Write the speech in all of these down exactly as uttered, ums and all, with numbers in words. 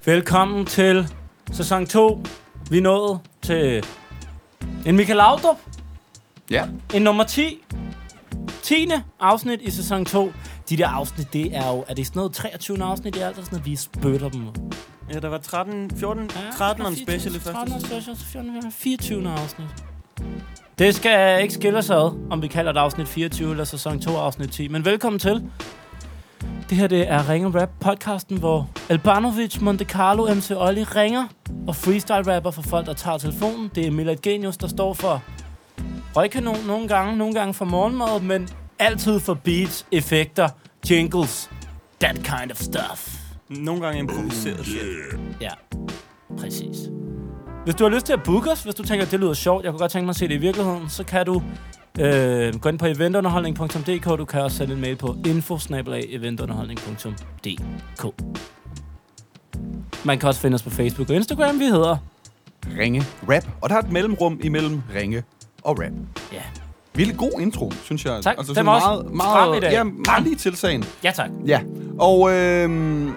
Velkommen til sæson to. Vi er nået til en Michael Laudrup. Ja. En nummer ti. tiende afsnit i sæson to. De der afsnit, det er jo... Er det sådan noget treogtyvende afsnit i alt? Eller sådan noget, vi spytter dem. Ja, der var tretten, fjorten, tretten om special i første tretten om special, så fjorten, fireogtyvende afsnit. Det skal ikke skille sig ad, om vi kalder det afsnit fireogtyve eller sæson to afsnit ti. Men velkommen til. Det her, det er Ring og Rap podcasten, hvor Albanovic, Monte Carlo, M C Olli ringer og freestyle rapper for folk, der tager telefonen. Det er Milad Genius, der står for røgkanon nogle gange, nogle gange for morgenmad, men altid for beats, effekter, jingles, that kind of stuff. Nogle gange improviseret shit. Ja, præcis. Hvis du har lyst til at booke os, hvis du tænker, at det lyder sjovt, jeg kunne godt tænke mig at se det i virkeligheden, så kan du øh, gå ind på eventunderholdning punktum d k. Du kan også sende en mail på info snabel-a eventunderholdning punktum d k. Man kan også finde os på Facebook og Instagram. Vi hedder Ringe Rap. Og der er et mellemrum imellem Ringe og Rap. Ja. Vildt god intro, synes jeg. Tak. Altså, Den var meget, også meget, frem i dag. Ja, meget lige til sagen. Ja, tak. Ja. Og øh,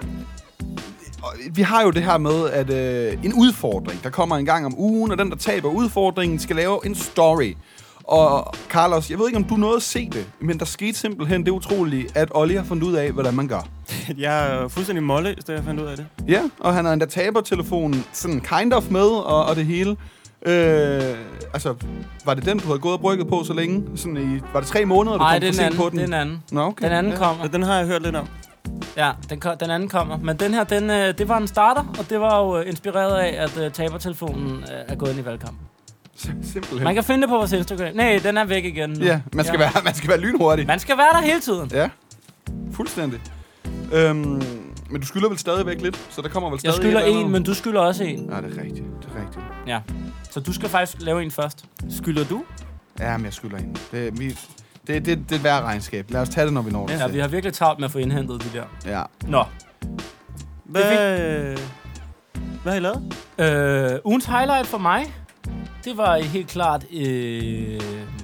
vi har jo det her med, at øh, en udfordring, der kommer en gang om ugen, og den, der taber udfordringen, skal lave en story. Og Carlos, jeg ved ikke, om du nåede at se det, men der skete simpelthen det utrolige, at Olli har fundet ud af, hvordan man gør. Jeg er fuldstændig målløs, da jeg fandt ud af det. Ja, og han har endda tabertelefonen sådan kind of med, og, og det hele. Øh, altså, var det den, du havde gået og brygget på så længe? Sådan i, var det tre måneder, du Nej, kom for sent på den? det er den anden. Nå, okay. Den anden ja. kommer. Ja, den har jeg hørt lidt om. Ja, den, ko- den anden kommer. Men den her, den, øh, det var en starter, og det var jo øh, inspireret af, at øh, tabertelefonen øh, er gået ind i valgkampen. Simpelthen. Man kan finde det på vores Instagram. Nej, den er væk igen nu. Ja, man skal, ja. Være, man skal være lynhurtig. Man skal være der hele tiden. Ja, fuldstændig. Øhm, men du skylder vel stadigvæk lidt, så der kommer vel stadig... Jeg skylder en, en, men du skylder også en. Ja, det er rigtigt. Det er rigtigt. Ja. Så du skal faktisk lave en først. Skylder du? Ja, men jeg skylder en. Det, vi, det, det, det er et værd regnskab. Lad os tage det, når vi når det. Ja, vi har virkelig travlt med at få indhentet de der. Ja. Nå. Hvad, hvad har I lavet? Øh, ugens highlight for mig, det var helt klart øh,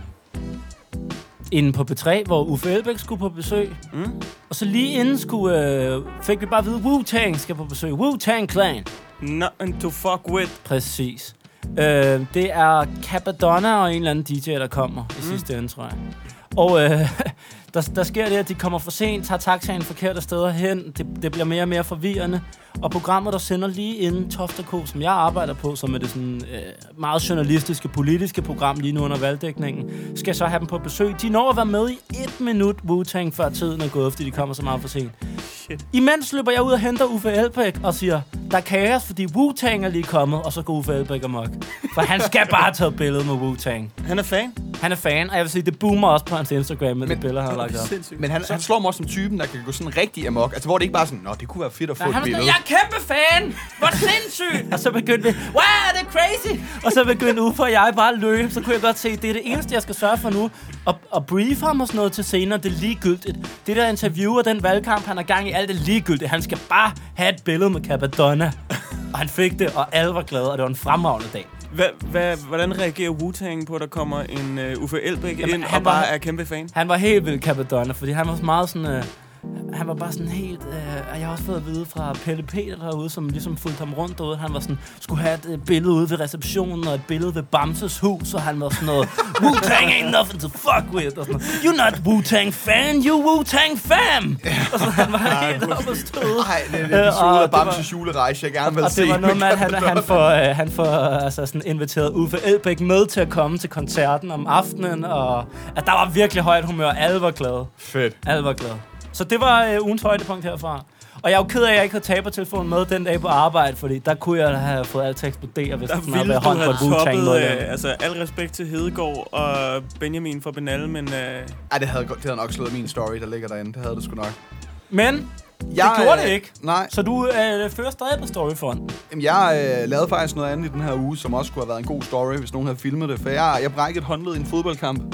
inde på P tre, hvor Uffe Elbæk skulle på besøg. Mm? Og så lige inden skulle, øh, fik vi bare at vide, Wu-Tang skal på besøg. Wu-Tang Clan. Nothing to fuck with. Præcis. Øh, det er Capadonna og en eller anden D J, der kommer i Mm. sidste ende, tror jeg. Og øh, der, der sker det, at de kommer for sent, tager taxaen forkerte steder hen. Det, det bliver mere og mere forvirrende. Og programmet, der sender lige inden Toft og Co., som jeg arbejder på, som er det sådan, øh, meget journalistiske, politiske program lige nu under valgdækningen, skal så have dem på besøg. De når at være med i et minut Wu-Tang, før tiden er gået, fordi de kommer så meget for sent. Shit. Imens løber jeg ud og henter Uffe Elbæk og siger, der er kaos, fordi Wu-Tang er lige kommet, og så går Uffe Elbæk amok. For han skal bare tage et billede med Wu-Tang. Han er fan. Han er fan, og jeg vil sige, det boomer også på hans Instagram med det billede, han har lagt op. Sindssygt. Men han, han slår mig også som typen, der kan gå sådan rigtig amok. Altså, hvor det ikke bare sådan, nå, det kunne være fedt at få Ja, et han var billede. sådan, jeg er kæmpe fan! Hvor sindssygt! Og så begyndte vi, wow, det er crazy! Og så begyndte Uffe og jeg bare at løbe. Så kunne jeg godt se, det er det eneste, jeg skal sørge for nu. Og, og brief ham og sådan noget til senere, det er ligegyldigt. Det der interview og den valgkamp, han har gang i, alt er ligegyldigt. Han skal bare have et billede med Capadonna. Og han fik det, og alle var glade, og det var en fremragende dag. Hva, hva, hvordan reagerer Wu-Tang på, at der kommer en uh, Uffe Elbæk Jamen, ind han og bare var- er kæmpe fan? Han var helt vild Capadonna, fordi han var meget sådan... Øh, han var bare sådan helt... Øh, og jeg har også fået at vide fra Pelle Peter derude, som ligesom fulgte ham rundt derude. Han var sådan... Skulle have et øh, billede ude ved receptionen, og et billede ved Bamses hus, og han var sådan noget... Wu-Tang ain't nothing to fuck with, og sådan noget. You're not Wu-Tang fan, you Wu-Tang fam! Og så han var helt oppe og støde. Nej, det er en Øh, episode og af det Bamses julerejse, jeg gerne vil Og se. det var noget med, at han, Capadonna. han får, øh, han får altså sådan inviteret Uffe Elbæk med til at komme til koncerten om aftenen, og at der var virkelig højt humør. Alle var glade. Fedt. Alle var glade. Så det var øh, ugens højdepunkt herfra. Og jeg er jo ked af, at jeg ikke havde tabertelefonen med den dag på arbejde, fordi der kunne jeg have fået alt til at eksplodere, hvis Der der sådan havde ville været du hånd på have et Wu-Tang toppet, noget. øh, altså al respekt til Hedegaard og Benjamin for Benal, men... Øh, Ej, det havde, det havde nok slået min story, der ligger derinde. Det havde det sgu nok. Men Jeg, det gjorde øh, det ikke. Nej. Så du øh, fører stadig på Storyfronten. Jamen, jeg øh, lavede faktisk noget andet i den her uge, som også kunne have været en god story, hvis nogen havde filmet det. For jeg, jeg brækkede et håndled i en fodboldkamp.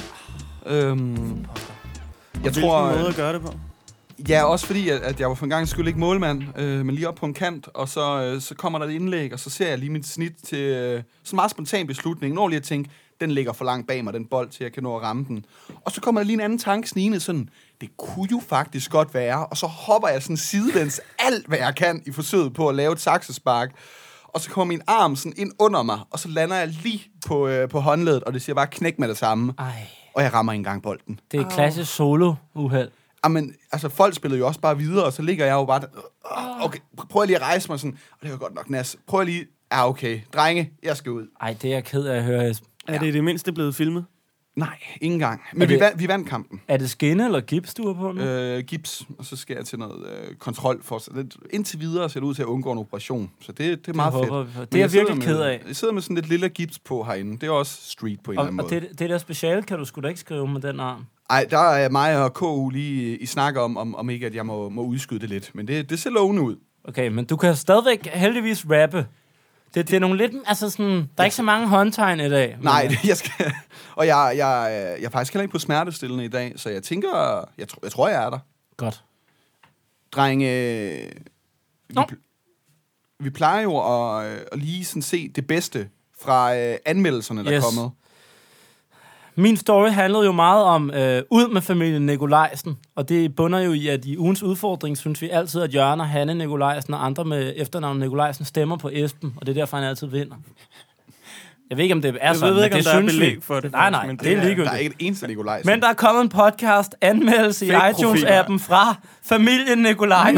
Øhm, jeg tror... hvilken måde at gøre det på? Ja, også fordi, at, at jeg var for en gang skyld ikke målmand, øh, men lige op på en kant, og så, øh, så kommer der et indlæg, og så ser jeg lige mit snit til øh, så meget spontan beslutning. Når lige at tænke, den ligger for langt bag mig, den bold, til jeg kan nå at ramme den. Og så kommer der lige en anden tanke snigende sådan, det det kunne jo faktisk godt være, og så hopper jeg sådan sidelæns alt, hvad jeg kan i forsøget på at lave et saksespark, og så kommer min arm sådan ind under mig, og så lander jeg lige på, øh, på håndledet, og det siger bare knæk med det samme. Ej. Og jeg rammer ikke engang bolden. Det er klassisk solo-uheld. Jamen, altså, folk spillede jo også bare videre, og så ligger jeg jo bare der. Okay, prøv jeg lige at rejse mig sådan, og det var godt nok nas. Prøv jeg lige, ja okay, drenge, jeg skal ud. Ej, det er jeg ked af at høre, Esben. Er det i det mindste blevet filmet? Nej, ingen gang. Men Er vi, det- vandt, vi vandt kampen. Er det skinne eller gips, du er på nu? Øh, gips, og så skal jeg til noget øh, kontrol for så det, indtil videre ser det ud til at undgå en operation. Så det, det er meget håber fedt. vi på. Det Men er jeg sidder virkelig ked af. Med, jeg sidder med sådan lidt lille gips på herinde. Det er også street på en Og, eller anden og måde. det, det der speciale kan du sgu da ikke skrive med den arm. Ej, der er mig og K U lige i snak om, om, om ikke, at jeg må, må udskyde det lidt. Men det, det ser lovende ud. Okay, men du kan stadigvæk heldigvis rappe. Det, det er nogle lidt... Altså sådan... Der er ikke så mange håndtegn i dag. men- Nej, det, jeg skal... Og jeg, jeg, jeg er faktisk heller ikke på smertestillende i dag, så jeg tænker... Jeg, tro, jeg tror, jeg er der. Godt. Drenge... Vi, Nå. pl- vi plejer jo at, øh, at lige sådan se det bedste fra øh, anmeldelserne, der Yes. er kommet. Min story handlede jo meget om øh, ud med familien Nikolajsen, og det bunder jo i, at i ugens udfordring synes vi altid, at Jørgen og Hanne Nikolajsen og andre med efternavnet Nikolajsen stemmer på Esben, og det er derfor, han altid vinder. Jeg ved ikke, om det er Jeg sådan, ved men ikke, om det der er synes belæg vi. for det, Nej, faktisk, nej, men det er det er- ligegyldigt. Der er ikke et eneste Nikolaj. Men der er kommet en podcast, anmeldelse i Fake iTunes-appen fra familien Nikolajsen.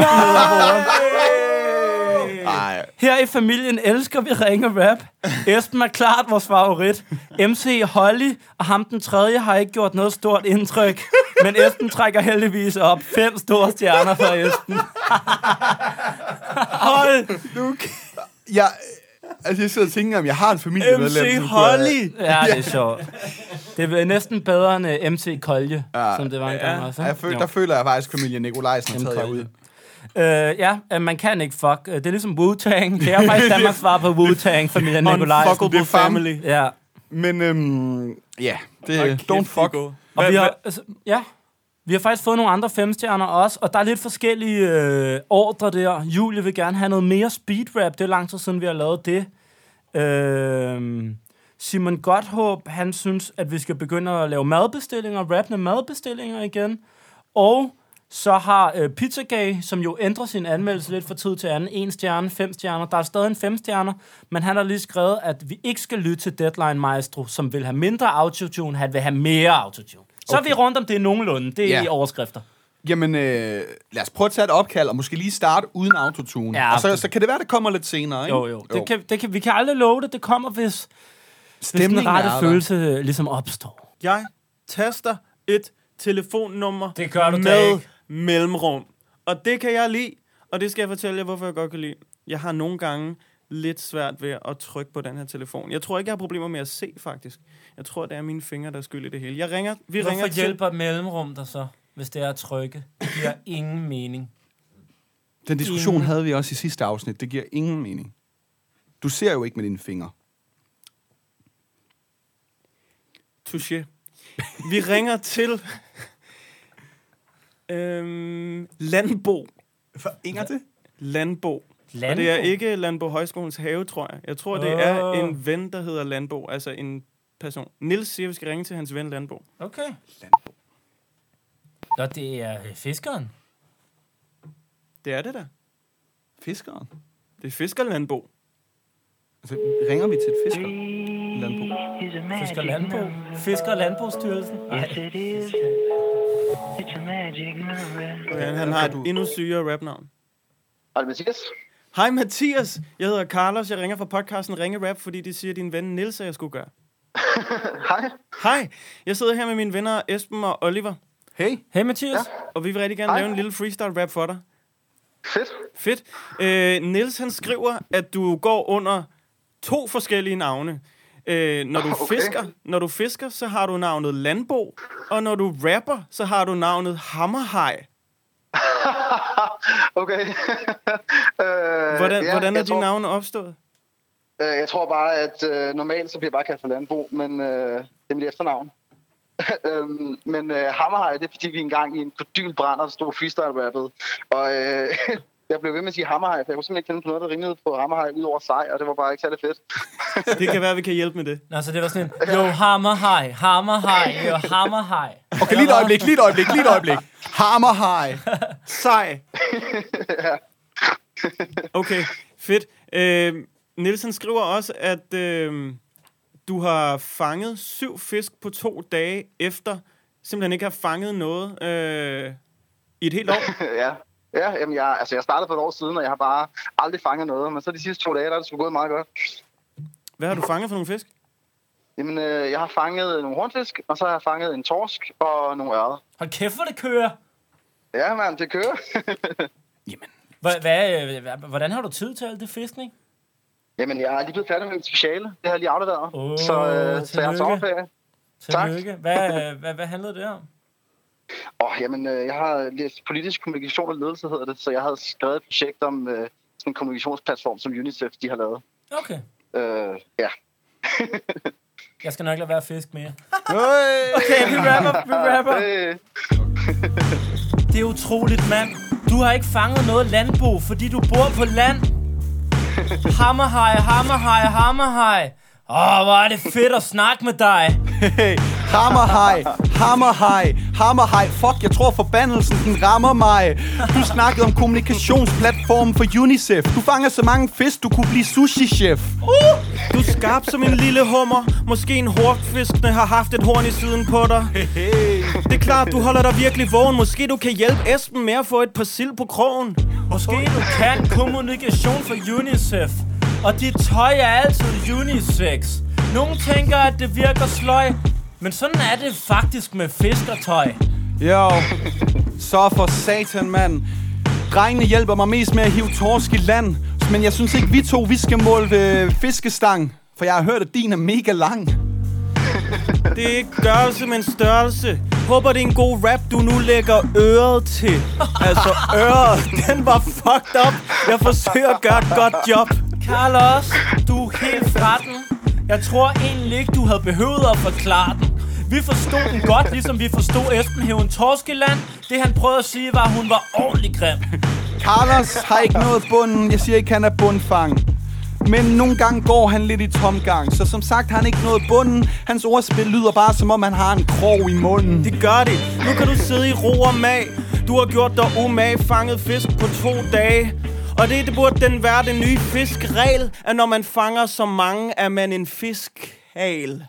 Nej. Her i familien elsker vi ringe rap. Esben er klart vores favorit. M C Holly og ham den tredje har ikke gjort noget stort indtryk. Men Esben trækker heldigvis op. Fem store stjerner for Esben. Hold nu. Jeg, altså, jeg sidder og tænker, om jeg har en familiemedlem. M C som kunne- Holly! Ja, det er sjovt. Det er næsten bedre end uh, M C Kolje, Ja. som det var en gang også. Ja, jeg føl, der føler jeg faktisk, at familien Nikolajsen har M. taget jer Kolje. ud. Øh, ja, øh, man kan ikke fuck. Øh, Det er ligesom Wu-Tang. Det er faktisk Danmarks svar på Wu-Tang, familien Nikolajsen. Unfuckable Det er fam. family. Ja. Men øhm, ja, det Hold er kæft, don't de fuck. går. Og Hvad- vi har, hvad- altså, ja, vi har faktisk fået nogle andre femstjerner også, og der er lidt forskellige øh, ordre der. Julie vil gerne have noget mere speedrap. Det er lang tid siden, vi har lavet det. Øh, Simon Godthåb, han synes, at vi skal begynde at lave madbestillinger, rappende madbestillinger igen. Og så har øh, Pizzagay, som jo ændrer sin anmeldelse lidt fra tid til anden, en stjerne, fem stjerner. Der er stadig en fem stjerner, men han har lige skrevet, at vi ikke skal lytte til Deadline Maestro, som vil have mindre autotune, han vil have mere autotune. Så okay. er vi rundt om det nogenlunde. Det er Ja. i overskrifter. Jamen, øh, lad os prøve at tage et opkald, og måske lige starte uden autotune. Ja, og så, det- så kan det være, det kommer lidt senere, ikke? Jo, jo. Det kan, det kan, vi kan aldrig love det. Det kommer, hvis, hvis den Stemningen rette er der. følelse øh, ligesom opstår. Jeg taster et telefonnummer Det gør du da med ikke. mellemrum. Og det kan jeg lide, og det skal jeg fortælle jer, hvorfor jeg godt kan lide. Jeg har nogle gange lidt svært ved at trykke på den her telefon. Jeg tror ikke, jeg har problemer med at se, faktisk. Jeg tror, det er mine fingre, der er skyld i det hele. Jeg ringer, vi ringer Hvorfor til... hjælper mellemrum der så, hvis det er at trykke? Det giver ingen mening. Den diskussion Ingen. havde vi også i sidste afsnit. Det giver ingen mening. Du ser jo ikke med dine fingre. Touché. Vi ringer til... øhm, Landbo. Inger det? Landbo. Landbo? Og det er ikke Landbo Højskolens have, tror jeg. Jeg tror, det Åh. er en ven, der hedder Landbo. Altså en person. Nils siger, vi skal ringe til hans ven Landbo. Okay. Nå, det er øh, fiskeren. Det er det da. Fiskeren. Det er Fisker Landbo. Altså, ringer vi til et fisker? Landbrug. Fisker Landbo. Fisker Landbrugsstyrelsen. Yes, it is. It's a magic number. Ja, han har et endnu sygere rapnavn. Hej, Mathias. Hej Mathias, jeg hedder Carlos. Jeg ringer fra podcasten Ringe Rap, fordi de siger, at din ven Nils, at jeg skulle gøre. Hej. Hej, jeg sidder her med mine venner Esben og Oliver, Hey. Hey Mathias. Ja. og vi vil rigtig gerne Hej. lave en lille freestyle rap for dig. Fedt. Fedt. Øh, Nils han skriver, at du går under to forskellige navne. Øh, når du Okay. fisker, når du fisker, så har du navnet Landbo, og når du rapper, så har du navnet Hammerhaj. Okay. øh, Hvordan, ja, hvordan er jeg dine tror, navne opstået? øh, Jeg tror bare, at øh, normalt så bliver jeg bare kaldt for Landbo, men øh, det er mit efternavn. øhm, men øh, Hammerhaj, det er fordi, vi engang i en kodylbrænder, der stod freestyle-rappet. Og øh, jeg blev ved med at sige Hammerhaj, for jeg kunne simpelthen ikke finde på noget, der rimede på Hammerhaj ud over sig, og det var bare ikke særlig fedt. Det kan være, vi kan hjælpe med det. Nå, så det var sådan en, jo, hammerhaj, hammerhaj, jo, hammerhaj. Okay, lige et øjeblik, lige et øjeblik, lige et øjeblik. Hammerhaj. Sej. Okay, fedt. Øh, Nielsen skriver også, at øh, du har fanget syv fisk på to dage, efter simpelthen ikke har fanget noget øh, i et helt år. ja, ja jamen jeg, altså jeg startede for et år siden, og jeg har bare aldrig fanget noget. Men så de sidste to dage, der er det sgu gået meget godt. Hvad har du fanget for nogle fisk? Jamen, øh, jeg har fanget nogle hornfisk, og så har jeg fanget en torsk og nogle ørred. Hold kæft, hvor det kører. Ja, mand, det kører. Jamen. Hvad, hvad, hvordan har du tid til alt det fiskning? Jamen, jeg er lige blevet færdig med mit speciale. Det har jeg lige afleveret. Oh, så, øh, så jeg har sommerferie. Tillykke. Hvad, hvad, hvad handlede det om? Åh, oh, jamen, øh, jeg har læst politisk kommunikation og ledelse, hedder det. Så jeg havde skrevet et projekt om øh, sådan en kommunikationsplatform, som UNICEF de har lavet. Okay. Øh, ja. Jeg skal nok lade være fisk mere. Okay, vi rapper, vi rapper. Hey. Det er utroligt, mand. Du har ikke fanget noget landbrug, fordi du bor på land. Hammerhaj, hammerhaj, hammerhaj. Åh, oh, hvor er det fedt at snakke med dig. Hey, hammerhaj, hammerhaj, hammerhaj. Fuck, jeg tror forbandelsen, den rammer mig. Du snakkede om kommunikationsplatformen for UNICEF. Du fanger så mange fisk, du kunne blive sushi-chef. Uh! Du er skarp som en lille hummer. Måske en hortfiskene har haft et horn i siden på dig. Hey. Det er klart, du holder dig virkelig vågen. Måske du kan hjælpe Esben med at få et par sild på krogen. Måske du kan kommunikation for UNICEF. Og dit tøj er altid unisex. Nogle tænker, at det virker sløj, men sådan er det faktisk med fiskertøj. Jo, så for satan, mand. Drengene hjælper mig mest med at hive torsk i land. Men jeg synes ikke, vi to vi skal måle ved fiskestang. For jeg har hørt, at din er mega lang. Det er ikke gørelse, men størrelse. Håber, det er en god rap, du nu lægger øret til. Altså, øret, den var fucked up. Jeg forsøger at gøre et godt job. Carlos, du er helt fra den. Jeg tror egentlig ikke, du havde behøvet at forklare den. Vi forstod den godt, ligesom vi forstod Esben hæve en torskeland. Det han prøvede at sige var, at hun var ordentlig grim. Carlos har ikke noget bunden. Jeg siger ikke, han er bundfang. Men nogle gange går han lidt i tomgang. Så som sagt har han ikke noget bunden. Hans ordspil lyder bare som om han har en krog i munden. Det gør det. Nu kan du sidde i ro og mag. Du har gjort dig umage, fanget fisk på to dage. Og det, det burde den være den nye fiskregel, at når man fanger så mange, er man en fiskhal.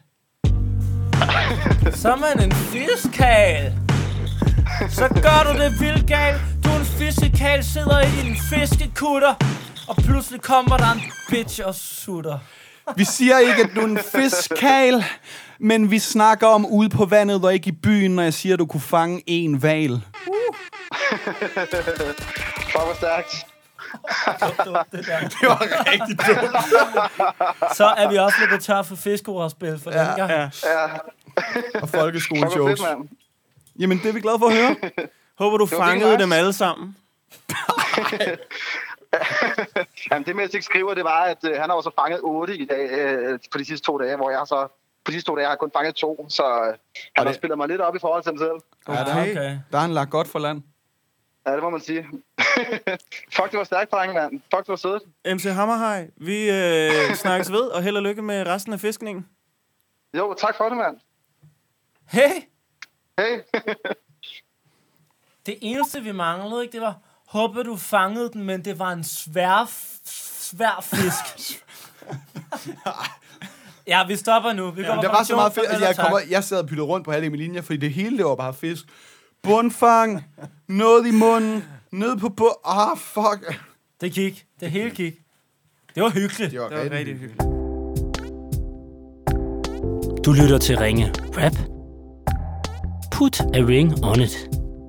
Så er man en fiskhal. Så gør du det vildt galt. Du er en fiskekal, sidder i din fiskekutter. Og pludselig kommer der en bitch og sutter. Vi siger ikke, at du er en fiskal, men vi snakker om ude på vandet og ikke i byen, når jeg siger, at du kunne fange en hval. Uh. Fuck, hvor stærkt. det, der. Det var rigtig dumt. Så er vi også lidt tør for fiskeordspil for ja. den gang. Ja. Ja. Og folkeskolejokes. Fedt, mand. Jamen, det er vi glade for at høre. Håber, du fangede nice. dem alle sammen. Jamen, det med at ikke skriver, det var, at øh, han har også fanget otte i dag øh, på de sidste to dage, hvor jeg så på de sidste to dage har jeg kun fanget to, så øh, han det... har spillet mig lidt op i forhold til ham selv. Ja, der, Okay. der har han lagt godt for land. Ja, det må man sige. Fuck, det var stærkt, drenge, mand. Fuck, det var sødt. M C Hammerhaj, vi øh, snakkes ved, og held og lykke med resten af fiskningen. Jo, tak for det, mand. Hey! Hey. Det eneste, vi manglede, ikke, det var, håber du fangede den, men det var en svær, svær fisk. Ja, vi stopper nu. Vi Ja, der var så meget fedt, at jeg, kommer, jeg sad og pyttede rundt på halvdelen af min linje, fordi det hele det var bare fisk. Bundfang, noget i munden, ned på bund. Ah, fuck. Det gik. Det hele gik. Det var hyggeligt. Det var, Det var rigtig hyggeligt. Du lytter til Ringe Rap. Put a ring on it.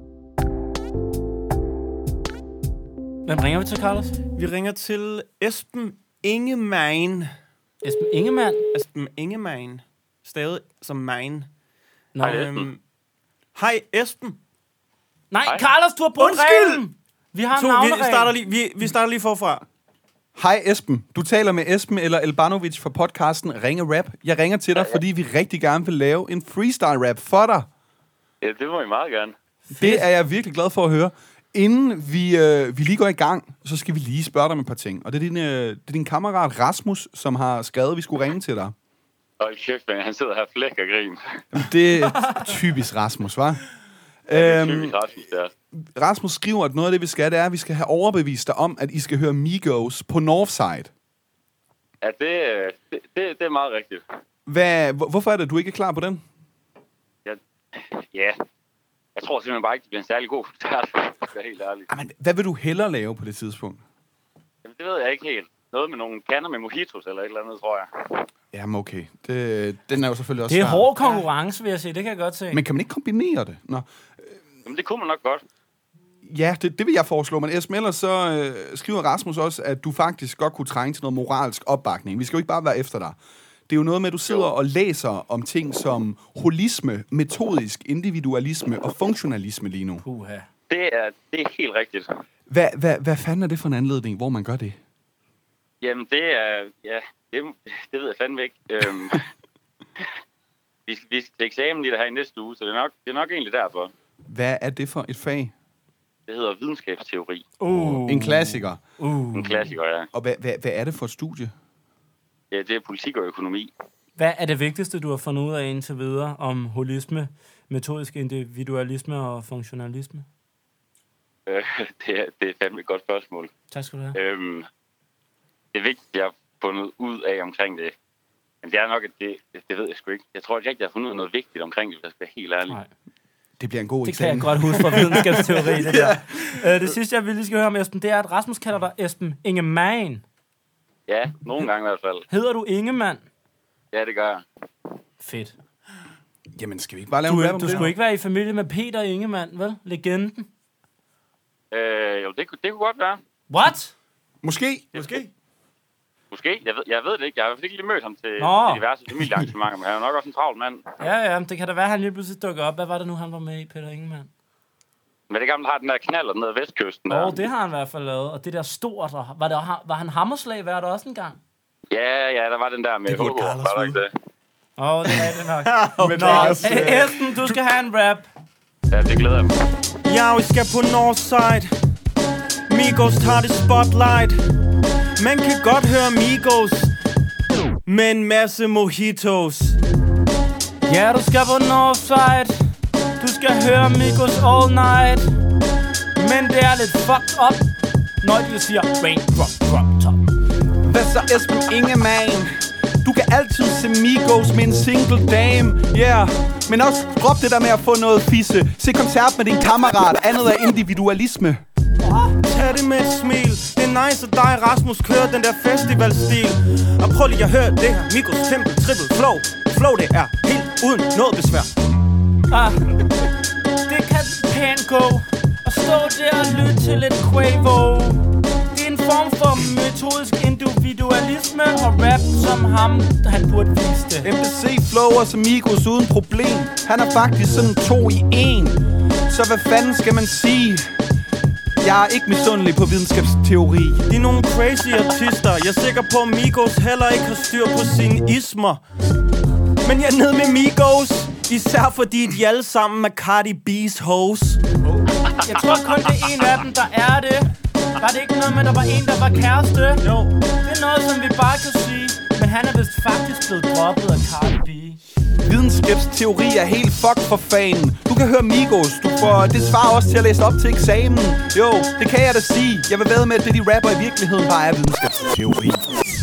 Hvem ringer vi til, Carlos? Vi ringer til Esben Ingemann. Esben Ingemann. Esben Ingemann. Stavet som mine. Nå. Hej, Esben. Hej, Esben. Nej, Hej. Carlos, du har brugt Undskyld! reglen. Vi har en To, vi, navneregel. starter lige, vi, vi starter lige forfra. Hej Esben, du taler med Esben eller Elbanovic fra podcasten Ringe Rap. Jeg ringer til dig, fordi vi rigtig gerne vil lave en freestyle rap for dig. Ja, det må I meget gerne. Det er jeg virkelig glad for at høre. Inden vi, øh, vi lige går i gang, så skal vi lige spørge dig om et par ting. Og det er din, øh, det er din kammerat Rasmus, som har skrevet, at vi skulle ringe til dig. Hold kæft, man. Han sidder her flæk og grin. Jamen, det er typisk Rasmus, hva'? er Øhm, typisk Rasmus, det er. Rasmus skriver, at noget af det, vi skal, det er, at vi skal have overbevist dig om, at I skal høre Migos på Northside. Ja, det, det, det, det er meget rigtigt. Hvad, hvor- hvorfor er det, at du ikke er klar på den? Ja, ja. Jeg tror simpelthen bare ikke, det bliver en særlig god koncert, for at være helt ærlig. Jamen, hvad vil du hellere lave på det tidspunkt? Jamen, det ved jeg ikke helt. Noget med nogle kander med mojitos eller et eller andet, tror jeg. Jamen, okay. Det, den er jo selvfølgelig også Det er svær. hård konkurrence, vil jeg sige. Det kan jeg godt se. Men kan man ikke kombinere det? Nå. Jamen, det kunne man nok godt. Ja, det, det vil jeg foreslå. Men Esben, ellers så øh, skriver Rasmus også, at du faktisk godt kunne trænge til noget moralsk opbakning. Vi skal jo ikke bare være efter dig. Det er jo noget med, at du sidder og læser om ting som holisme, metodisk individualisme og funktionalisme lige nu. Puha. Det er, det er helt rigtigt. Hvad, hvad, hvad fanden er det for en anledning, hvor man gør det? Jamen, det er... Ja, det, det ved jeg fandme ikke. Øhm, vi, skal, vi skal til eksamen lige der her i næste uge, så det er nok, det er nok egentlig derfor. Hvad er det for et fag? Det hedder videnskabsteori. Uh. En klassiker. Uh. En klassiker, ja. Og hvad, hvad, hvad er det for et studie? Ja, det er politik og økonomi. Hvad er det vigtigste, du har fundet ud af indtil videre om holisme, metodisk individualisme og funktionalisme? Øh, det, er, det er fandme et godt spørgsmål. Tak skal du have. Øhm, det vigtigste, jeg har fundet ud af omkring det, men det er nok, at det, det, det ved jeg sgu ikke. Jeg tror ikke rigtig, jeg har fundet ud af noget vigtigt omkring det, hvis jeg skal være helt ærlig. Nej. Det bliver en god Det kan eksamen. jeg godt huske fra videnskabsteori, det der. Uh, det sidste, jeg vil lige skal høre om Esben, det er, at Rasmus kalder dig Esben Ingemann. Ja, nogle gange i hvert fald. Hedder du Ingemann? Ja, det gør jeg. Fedt. Jamen, skal vi ikke bare lave Du, en rap om du det? skulle ikke være i familie med Peter Ingemann, vel? Legenden. Øh, jo, det, kunne- det kunne godt være. What? Måske. Måske. Måske. Jeg ved, jeg ved det ikke. Jeg har i hvert fald ikke lige mødt ham til, Nå. til diverse familiearrangementer, men han er nok også en travl mand. Ja, ja, det kan da være, at han lige pludselig dukker op. Hvad var det nu, han var med i, Peter Ingemann? Men det gamle har den der knaller ned ad vestkysten. Åh, Der. oh, det har han i hvert fald lavet. Og det der stort, og var, det, var han hammerslag været der også en gang? Ja, ja, der var den der med Det burde H H, Carlos var der vide. ikke det? Åh, oh, det er det nok. Men Nå, Æ- Esben, du skal have en rap. Ja, det glæder jeg mig. Ja, vi skal på Northside. Migos tager det spotlight. Man kan godt høre Migos med en masse mojitos. Ja, du skal på Northside. Du skal høre Migos all night. Men det er lidt fucked up, når de siger rain, drop, drop, top. Hvad så, Esben Ingemann? Du kan altid se Migos med en single dame, yeah. Men også drop det der med at få noget fisse. Se koncert med din kammerat, andet er individualisme. Tag det med et smil. Det er nice at dig, Rasmus, kører den der festivalstil. Og prøv lige at høre det her Migos temple triple flow. Flow, det er helt uden noget besvær. Ah, det kan pænt gå at stå der og lytte til lidt Quavo. Det er en form for metodisk individualisme og rap, som ham, han burde vise det. M D C flower som Migos uden problem. Han er faktisk sådan to i en. Så hvad fanden skal man sige? Jeg er ikke misundelig på videnskabsteori. De er nogle crazy artister. Jeg er sikker på, at Migos heller ikke har styr på sine ismer. Men jeg er nede med Migos, især fordi de alle sammen er Cardi B's hoes. Jeg tror kun, det er en af dem, der er det. Var det ikke noget med, der var en, der var kæreste? Jo. Det er noget, som vi bare kan sige. Men han er vist faktisk blevet droppet af Cardi B. Videnskabsteori er helt fuck for fanden. Du kan høre Migos, du får det svarer også til at læse op til eksamen. Jo, det kan jeg da sige. Jeg vil vædde med, at det de rapper i virkeligheden bare er videnskabsteori.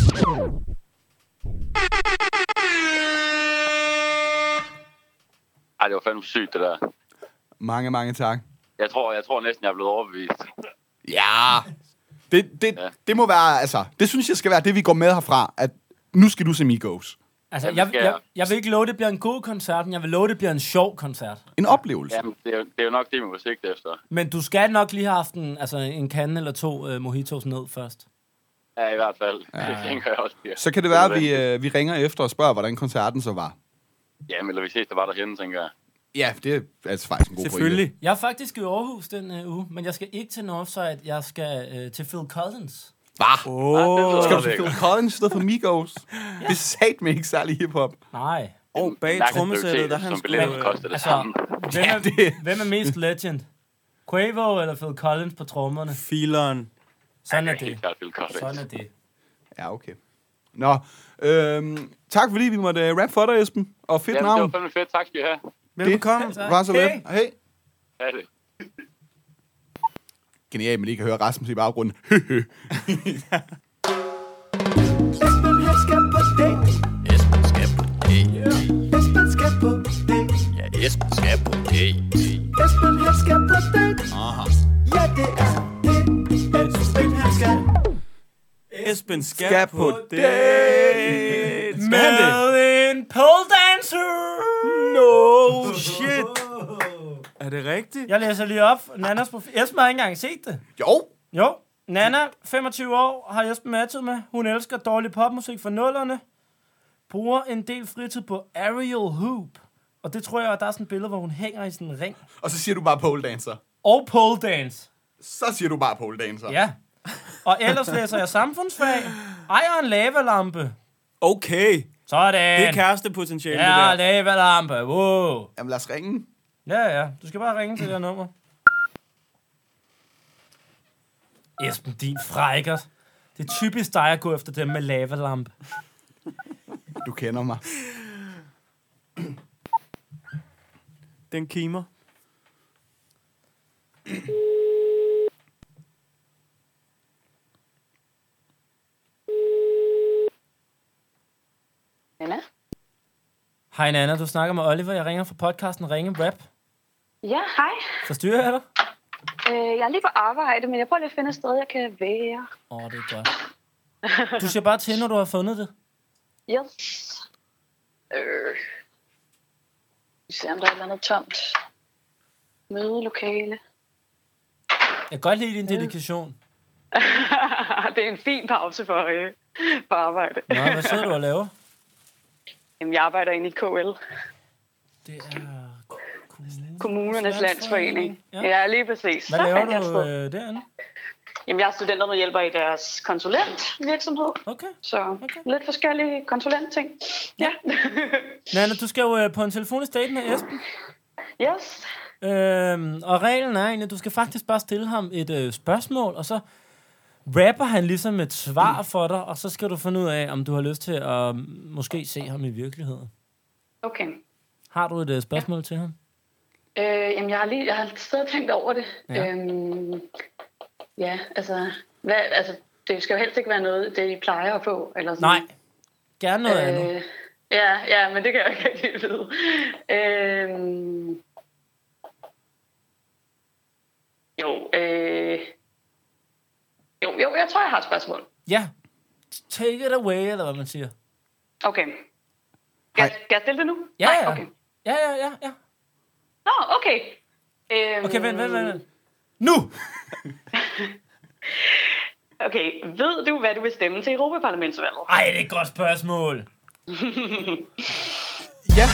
Ej, det var fandme sygt, det der. Mange, mange tak. Jeg tror, jeg tror næsten, jeg er blevet overbevist. Ja. Det, det, Ja. det må være, altså, det synes jeg skal være det, vi går med herfra, at nu skal du se Migos. Altså, Jamen, jeg, skal jeg, jeg- jeg vil ikke love, det bliver en god koncert, men jeg vil love, det bliver en sjov koncert. En oplevelse. Jamen, det er, jo- det er jo nok det, man må sigte efter. Men du skal nok lige have haft en, altså, en kande eller to uh, mojitos ned først. Ja, i hvert fald. Ja. Det tænker jeg også bliver. Så kan det være, at vi, øh, vi ringer efter og spørger, hvordan koncerten så var. Jamen, eller vi ses der var derhenne, tænker jeg. Ja, det er altså faktisk en god Selvfølgelig. Jeg er faktisk i Aarhus den uh, uge, men jeg skal ikke til Northside. Jeg skal uh, til Phil Collins. Hvad? Åh. Skal du til Phil Collins i stedet for Migos? Det er satme ikke særlig hiphop. Nej. Og bag trommesættet, der han som skulle... billetten koster det Altså, samme. hvem er, det- hvem er mest legend? Quavo eller Phil Collins på trommerne? Fileren. Sådan er Ja, helt det. klart Phil Collins. Sådan er det. Ja, okay. Nå, øhm, tak fordi vi måtte uh, rap for dig, Esben. Og fedt Jamen, det var navn. fandme fedt. Tak skal I have. Velbekomme. Det var så lidt. Hey. Hej. Ha' det. Genialt, men I kan høre Rasmus i baggrunden. Esben, han skal på date. Esben skal på date. Esben skal på date. Ja, Esben skal på date. Esben, han skal på date. Aha. Ja, det er det. Esben, han skal. Esben skal, Skal på på date. Skal han det? Med en pole dancer! No shit. Er det rigtigt? Jeg læser lige op. Nannas profil. Esben har ikke engang set det. Jo. Jo. Nana, femogtyve år, har Esben matchet med. Hun elsker dårlig popmusik fra nullerne. Bruger en del fritid på aerial hoop. Og det tror jeg, at der er sådan et billede, hvor hun hænger i sådan en ring. Og så siger du bare pole dancer. Og pole dance. Så siger du bare pole dancer. Ja. Og ellers læser jeg samfundsfag. Ejer en lavalampe. Okay. Sådan. Det er kærestepotentiale, Ja, det der. lavalampe. Wow. Jamen lad os ringe. Ja, ja. Du skal bare ringe til det her nummer. Esben, din frækker. Det er typisk dig at gå efter dem med lavalampe. Du kender mig. Den kimer. Anna? Hej Nana, du snakker med Oliver. Jeg ringer fra podcasten Ringe Rap. Ja, hej. Forstyrrer jeg dig? Øh, jeg er lige på arbejde, men jeg prøver lige at finde et sted, jeg kan være. Åh, oh, det er godt. Du siger bare til, når du har fundet det. Yes. Øh. Vi ser, om der er et eller andet tomt. Mødelokale. Jeg kan godt lide din dedikation. Det er en fin pause for, øh, for arbejde. Nå, hvad sidder du og laver? Jamen, jeg arbejder inde i K L. Det er kommune. Kommunernes Landsforening. Ja. Ja, lige præcis. Hvad Så laver fandt jeg et du sted. øh, derinde? Jamen, jeg er studenter, der hjælper i deres konsulentvirksomhed. Okay. Så Okay. lidt forskellige konsulentting. Ja. Nana, du skal jo øh, på en telefonisk date med Esben. Yes. Øhm, og reglen er egentlig, at du skal faktisk bare stille ham et øh, spørgsmål, og så rapper han ligesom et svar for dig, og så skal du finde ud af, om du har lyst til at um, måske se ham i virkeligheden. Okay. Har du et øh, spørgsmål ja. til ham? Øh, jamen, jeg har lige, jeg har stadig tænkt over det. Ja. Øhm, ja, altså, hvad, altså, det skal jo helst ikke være noget, det I plejer at få, eller sådan. Nej, gerne noget øh, andet. Ja, ja, men det kan jeg jo ikke helt vide. Øhm, jo, øh, jo, jo, jeg tror, jeg har et spørgsmål. Ja, take it away, eller hvad man siger. Okay. Skal, jeg, skal jeg stille det nu? Ja, Nej, ja. okay. Ja, ja, ja, ja. Nå, okay. Øhm, Okay, vent, vent, vent. Nu! Okay, ved du, hvad du vil stemme til Europaparlamentsvalget? Ej, det er et godt spørgsmål. Ja.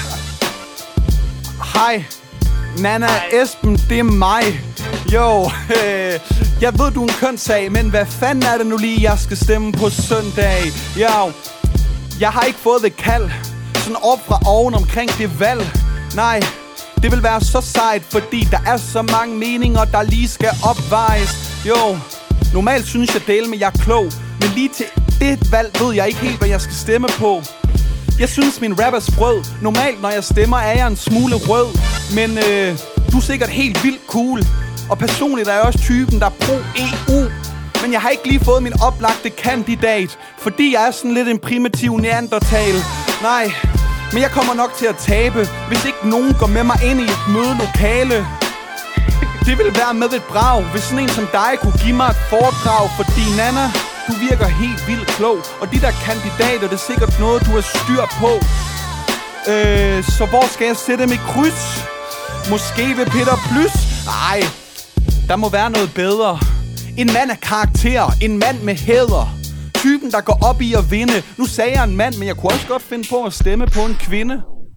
Hej. Nana, Hej. Esben, det er mig. Jo, øh, jeg ved, du er en kønssag, men hvad fanden er det nu lige, jeg skal stemme på søndag? Jo, jeg har ikke fået det kald, sådan op fra oven omkring det valg. Nej, det vil være så sejt, fordi der er så mange meninger, der lige skal opvejes. Jo, normalt synes jeg del med, jeg er klog, men lige til det valg ved jeg ikke helt, hvad jeg skal stemme på. Jeg synes, min rap er sprød. Normalt, når jeg stemmer, er jeg en smule rød. Men øh, du er sikkert helt vildt cool. Og personligt er jeg også typen, der er pro-E U. Men jeg har ikke lige fået min oplagte kandidat, fordi jeg er sådan lidt en primitiv neandertal. Nej, men jeg kommer nok til at tabe, hvis ikke nogen går med mig ind i et mødelokale. Det vil være med et brag, hvis sådan en som dig kunne give mig et foredrag. Fordi Nana, du virker helt vildt klog, og de der kandidater, det er sikkert noget, du har styr på. Øh, så hvor skal jeg sætte mit kryds? Måske ved Peter Plys? Ej, der må være noget bedre. En mand af karakter, en mand med hæder. Typen, der går op i at vinde. Nu sagde jeg en mand, men jeg kunne også godt finde på at stemme på en kvinde.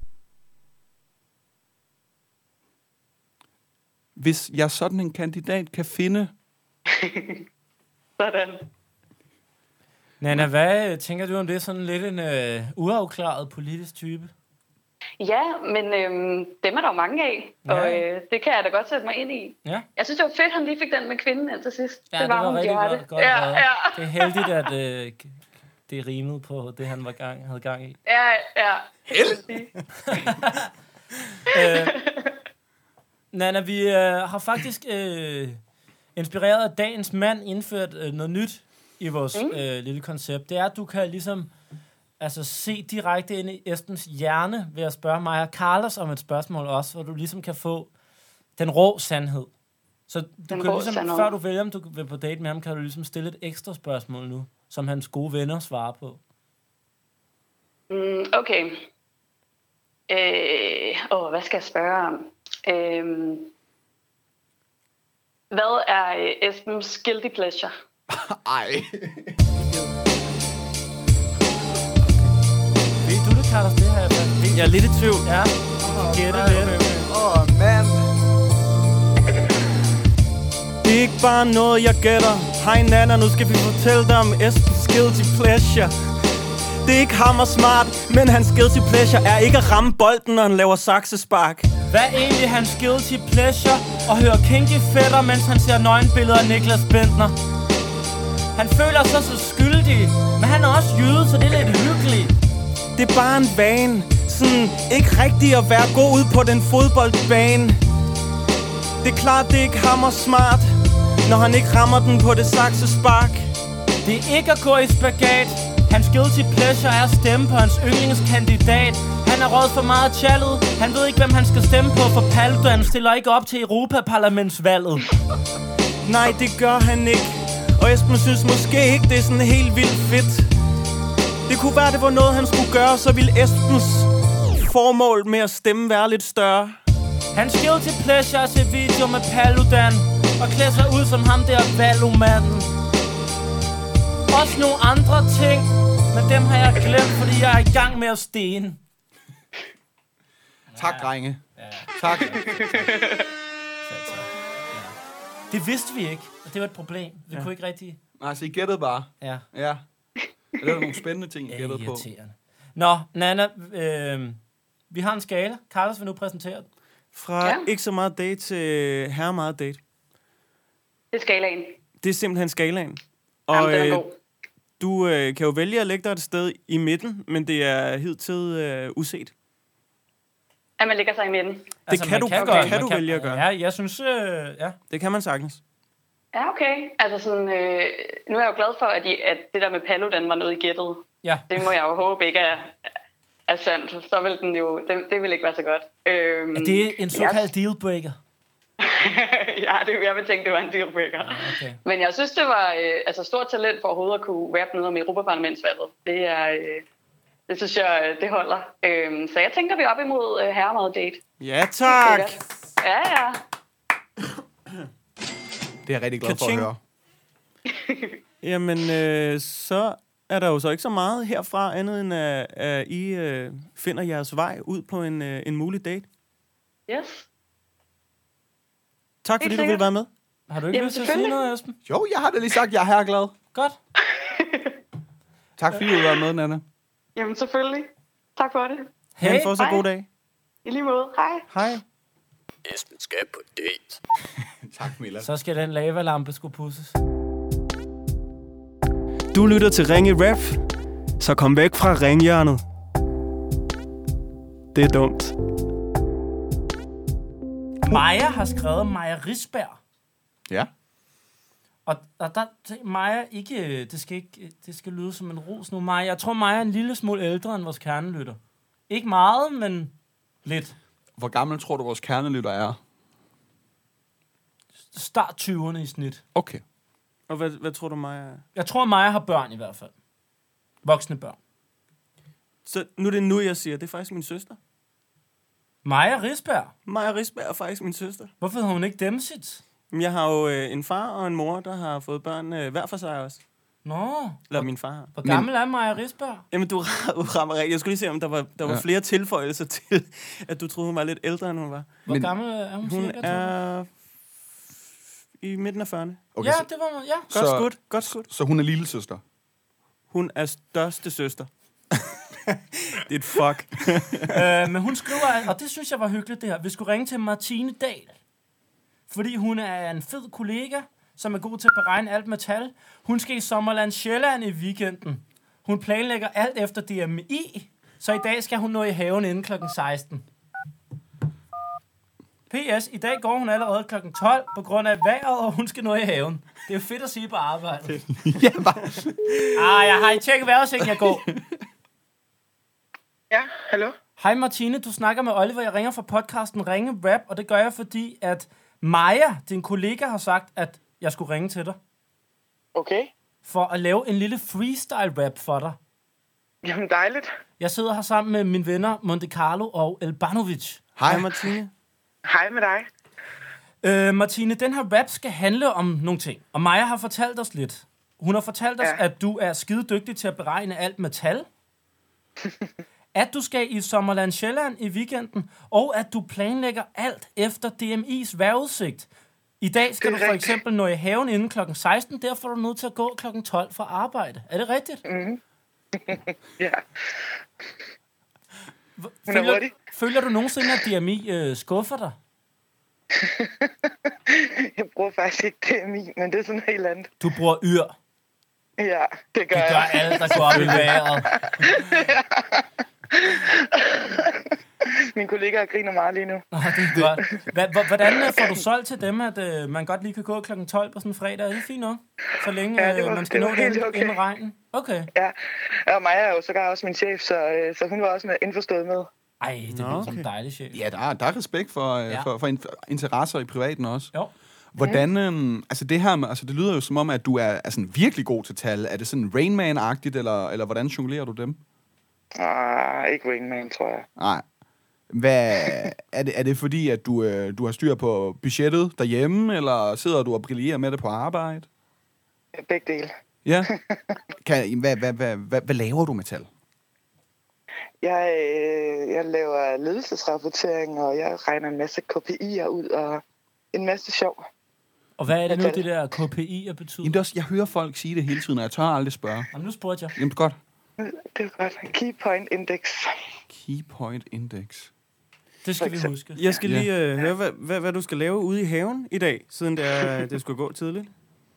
Hvis jeg sådan en kandidat kan finde. Sådan. Nana, hvad tænker du om det? Sådan lidt en øh, uafklaret politisk type? Ja, men øhm, dem er der jo mange af, Ja. og øh, det kan jeg da godt sætte mig ind i. Ja. Jeg synes, det var fedt, han lige fik den med kvinden ind til sidst. Ja, det var, det var rigtig hjerte. godt, godt ja, været. ja. Det er heldigt, at øh, det rimede på det, han var gang, havde gang i. Ja, ja. Held? Øh, Nana, vi øh, har faktisk øh, inspireret af dagens mand indført øh, noget nyt i vores mm. øh, lille koncept. Det er, at du kan ligesom altså, se direkte ind i Esbens hjerne ved at spørge mig og Carlos om et spørgsmål også, hvor du ligesom kan få den rå sandhed. Så du den kan ligesom, sandhed. Før du vælger, om du vil på date med ham, kan du ligesom stille et ekstra spørgsmål nu, som hans gode venner svarer på. Mm, okay. Øh, åh, hvad skal jeg spørge om? Øh, hvad er øh, Esbens guilty pleasure? Ej. Ved du det, Carlos? Det har jeg faktisk. Jeg er lidt i tvivl. Ja, gætte lidt. Åh, oh, mand. Det er ikke bare noget, jeg gætter. Hej Nana, nu skal vi fortælle dig om Esbens guilty pleasure. Det er ikke hammer smart, men hans guilty pleasure er ikke at ramme bolden, når han laver saksespark. Hvad er egentlig hans guilty pleasure? At høre kinky fætter, mens han ser nøgenbilleder af Niklas Bentner. Han føler sig så skyldig, men han er også jøde, så det er lidt hyggeligt. Det er bare en vane. Sådan ikke rigtig at være god ud på den fodboldbane. Det er klart, det er ikke hammer smart, når han ikke rammer den på det saksespark. Det er ikke at gå i spagat. Hans guilty pleasure er at stemme på hans yndlingskandidat. Han er råd for meget challet. Han ved ikke, hvem han skal stemme på, for Paludan stiller ikke op til Europaparlamentsvalget. Nej, det gør han ikke. Og Esben synes måske ikke, det er sådan helt vildt fedt. Det kunne være, det var noget, han skulle gøre, så ville Esbens formål med at stemme være lidt større. Hans guilty pleasure er at se video med Paludan og klæde sig ud som ham der valumanden. Også nogle andre ting, men dem har jeg glemt, fordi jeg er i gang med at stene. Tak, drenge. Ja. Tak. Det vidste vi ikke, og det var et problem. Vi ja. kunne ikke rigtig... Nej, så I gættede bare. Ja. Ja. Det er nogle spændende ting, I ja, gættede på. Nå, Nana, øh, vi har en skala. Carlos vil nu præsentere den. Fra ja. ikke så meget date til herre meget date. Det er skalaen. Det er simpelthen skalaen. Og Jamen, den er øh, god. du øh, kan jo vælge at lægge dig et sted i midten, men det er hidtil øh, uset. At man lægger sig i midten. Det altså, kan du, kan, okay. gøre, kan du kan, vælge at gøre. Ja, jeg synes, øh, ja. Det kan man sagtens. Ja, okay. Altså sådan, øh, nu er jeg jo glad for, at, I, at det der med Paludan var noget, I gættede. Ja. Det må jeg jo håbe ikke er, er sandt. Så vil den jo, det, det vil ikke være så godt. Øhm, er det en såkaldt dealbreaker? Ja, det, jeg vil tænke, det var en dealbreaker. Ah, okay. Men jeg synes, det var øh, altså stort talent for overhovedet at kunne rappe noget om Europaparlamentsvalget. Det er, øh, det synes jeg, det holder. Øhm, så jeg tænker, vi er op imod øh, herremad date. Ja, tak. Ja, ja. Det er jeg rigtig glad Ka-ching. for at høre. Jamen, øh, så er der jo så ikke så meget herfra, andet end at, at I øh, finder jeres vej ud på en, øh, en mulig date. Yes. Tak fordi Ikke du ville være med. Har du ikke Jamen, lyst til at sige noget, Esben? Jo, jeg har da lige sagt, at jeg er herreglad. Godt. Tak fordi du ville være med, Nana. Jamen, selvfølgelig. Tak for det. Ha' en fortsat Hej. god dag. I lige måde. Hej. Hej. Esben skal på date. Tak, Milla. Så skal den lavalampe skulle pusses. Du lytter til Ringe Rap, så kom væk fra ringhjørnet. Det er dumt. Maja har skrevet Maja Risberg. Ja. Og, og der Maja ikke, det skal ikke, det skal lyde som en ros nu. Maja, jeg tror Maja er en lille smule ældre end vores kernelytter. Ikke meget, men lidt. Hvor gammel tror du, vores kernelytter er? Start tyverne i snit. Okay. Og hvad, hvad tror du, Maja? Jeg tror, Maja har børn i hvert fald. Voksne børn. Så nu er det nu, jeg siger, det er faktisk min søster. Maja Risberg? Maja Risberg er faktisk min søster. Hvorfor har hun ikke dem sit? Jeg har jo øh, en far og en mor, der har fået børn øh, hver for sig også. Nå. Eller min far har. Hvor gammel Men... er Maja Risberg? Jamen, du rammer rigtigt. Jeg skulle lige se, om der var, der var ja. flere tilføjelser til, at du troede, hun var lidt ældre, end hun var. Hvor Men... gammel er hun? Hun cirka, er i midten af fyrrerne. Okay, ja, det var ja. Godt så, skudt, godt skudt. Så hun er lille søster? Hun er største søster. Det er et fuck. øh, men hun skriver, og det synes jeg var hyggeligt det her, vi skulle ringe til Martine Dahl. Fordi hun er en fed kollega, som er god til at beregne alt med tal. Hun skal i Sommerland Sjælland i weekenden. Hun planlægger alt efter D M I, så i dag skal hun nå i haven inden klokken seksten. P P S. I dag går hun allerede klokken tolv på grund af vejret, og hun skal nå i haven. Det er jo fedt at sige på arbejde. Ja, bare... Ah, jeg har ikke tjekket vejrudsigten, jeg går. Ja, hallo? Hej Martine, du snakker med Oliver. Jeg ringer fra podcasten Ringe Rap, og det gør jeg, fordi at Maja, din kollega, har sagt, at jeg skulle ringe til dig. Okay. For at lave en lille freestyle-rap for dig. Jamen dejligt. Jeg sidder her sammen med mine venner Monte Carlo og Elbanovic. Hej. Hej Martine. Hej med dig. Øh, Martine, den her rap skal handle om nogle ting. Og Maja har fortalt os lidt. Hun har fortalt os, Ja. at du er skide dygtig til at beregne alt med tal. At du skal i Sommerland Sjælland i weekenden. Og at du planlægger alt efter D M I's vejrudsigt. I dag skal Det du er for rigtigt. eksempel nå i haven inden klokken seksten. Derfor er du nødt til at gå klokken tolv fra arbejde. Er det rigtigt? Mm. Ja. H- Hun er føler, hurtig. føler du nogensinde, at D M I øh, skuffer dig? Jeg bruger faktisk ikke D M I, men det er sådan noget helt andet. Du bruger yr. Ja, det gør Det gør jeg. alle, der går op i vejret. Mine kollegaer griner meget lige nu. Nå, det er godt. Hva- hva- Hvordan øh, får du solgt til dem, at øh, man godt lige kan gå klokken tolv på sådan en fredag? Er det fint nok? Så længe Ja, det øh, var- man skal det nå var det helt inden, okay. inden regnen? Okay. Ja, og Maja er jo sågar også min chef, så, øh, så hun var også med indforstået med. Ej, det Nå, er som okay. en dejlig chef. Ja, der er, der er respekt for, øh, Ja. for, for in- interesser i privaten også. Jo. Hvordan, øhm, altså det her med, altså det lyder jo som om, at du er, er sådan virkelig god til tal. Er det sådan Rain Man-agtigt, eller, eller hvordan jonglerer du dem? Ah, ikke Rain Man, tror jeg. Nej. Hvad, er, det, er det fordi, at du, øh, du har styr på budgettet derhjemme, eller sidder du og brillerer med det på arbejde? Begge dele. Ja. Kan, hvad, hvad, hvad, hvad, hvad laver du med tal? Jeg, øh, jeg laver ledelsesrapportering, og jeg regner en masse K P I'er ud, og en masse sjov. Og hvad er det nu, Med tal. det der K P I'er betyder? Jamen, det er også, jeg hører folk sige det hele tiden, og jeg tør aldrig spørge. Jamen, nu spurgte jeg. Jamen, godt. Det er godt. Key Point Index. Key Point Index. Det skal vi Okay. huske. Jeg skal Ja. lige øh, høre, hvad, hvad, hvad du skal lave ude i haven i dag, siden det, er, det skulle gå tidligt.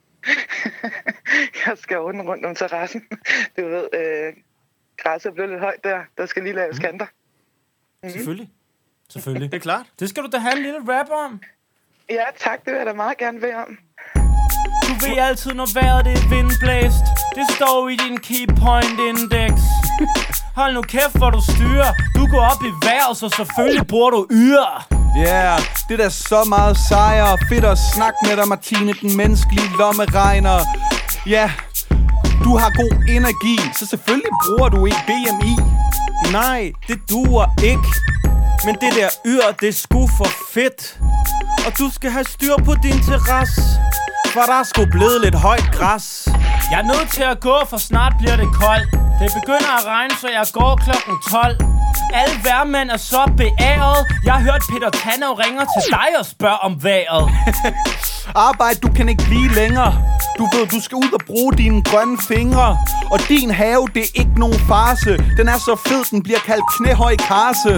Jeg skal rundt rundt om terrassen. Du ved, øh, græsset er blevet lidt højt der. Der skal lige laves kanter. Selvfølgelig. Selvfølgelig. Det er klart. Det skal du da have en lille rap om. Ja, tak. Det vil jeg da meget gerne være om. Du ved altid, når vejret det er vindblæst. Det står i din Key Point Index. Hold nu kæft, hvor du styrer. Du går op i vejret, så selvfølgelig bruger du yre. Ja, yeah, det er da så meget sejr. Fedt at snakke med dig, Martine, den menneskelige lommeregner. Ja, du har god energi, så selvfølgelig bruger du ikke B M I. Nej, det duer ikke. Men det der yr, det er sgu for fedt. Og du skal have styr på din terrasse, for der er sgu blevet lidt højt græs. Jeg er nødt til at gå, for snart bliver det koldt. Det begynder at regne, så jeg går klokken tolv. Alle værmænd er så beæret. Jeg har hørt Peter Tanov ringer til dig og spørger om vejret. Arbejde, du kan ikke blive længere. Du ved, du skal ud og bruge dine grønne fingre. Og din have, det er ikke nogen farce. Den er så fed, den bliver kaldt knæhøj karse.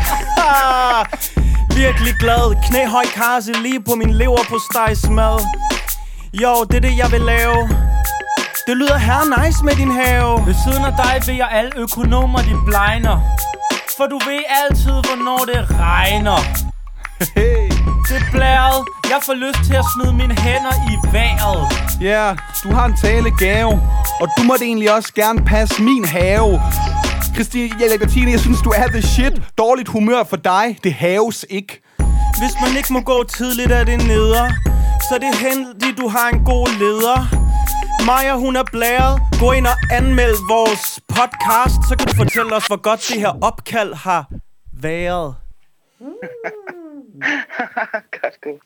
Virkelig glad. Knæhøj karse lige på min lever på stegsmad. Jo, det er det, jeg vil lave. Det lyder her nice med din have. Ved siden af dig ved jeg alle økonomer, de blegner. For du ved altid, hvornår det regner. Hey. Det er blæret. Jeg får lyst til at smide mine hænder i vejret. Ja, yeah, du har en talegave. Og du måtte egentlig også gerne passe min have. Christine, jeg, Martine, jeg synes, du er the shit. Dårligt humør for dig, det haves ikke. Hvis man ikke må gå tidligt af det neder, så er det heldigt, du har en god leder. Maja, hun er blæret. Gå ind og anmeld vores podcast, så kan du fortælle os, hvor godt det her opkald har været. Godt gået.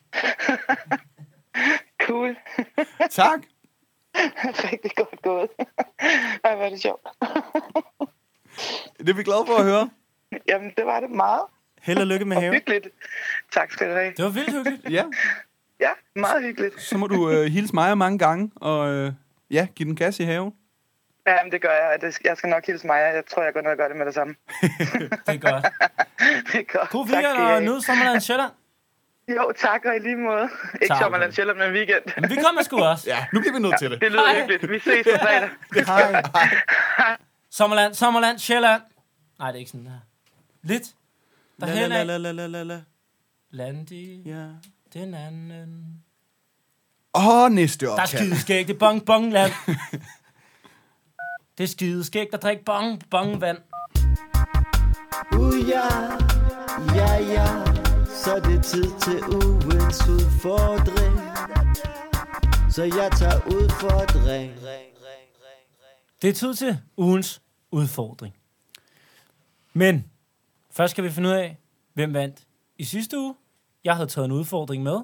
Cool. Tak. Rigtig godt gået. Ej, hvor er det sjovt. Det er vi glade for at høre. Jamen, det var det meget. Held og lykke med Og haven. hyggeligt. Tak skal du have. Det var vildt hyggeligt. Ja, Ja, meget hyggeligt. så må du øh, hilse mig mange gange. Og øh, ja, give den gas i haven. Jamen, det gør jeg. Det- Jeg skal nok hilse mig. Jeg tror, jeg går ned og gør det med det samme. Det er godt. Det er godt. God Tak weekend skal I og have. nyd Sommerland Sjælland. Jo, tak og i lige måde. Ikke Tak. Sommerland Sjælland, men weekend. Men vi kommer sgu også. Ja, nu bliver vi nødt til det. Det lyder Hej. hyggeligt. Vi ses på fredag. Hej. Sommerland, Sommerland, Sjælland. Nej, det er ikke sådan der. Lidt. La, Derhen la, af. la, la, la, la, la. Landi, Ja. den anden... Åh, oh, næste Der er opkald. skideskæg, det er bong, bong, land. Det er skideskæg, der drikker bong, bong, vand. Uh, ja, ja, ja, så er det tid til ugens udfordring. Så jeg tager udfordring. Det er tid til ugens udfordring. Men først skal vi finde ud af, hvem vandt i sidste uge. Jeg havde taget en udfordring med.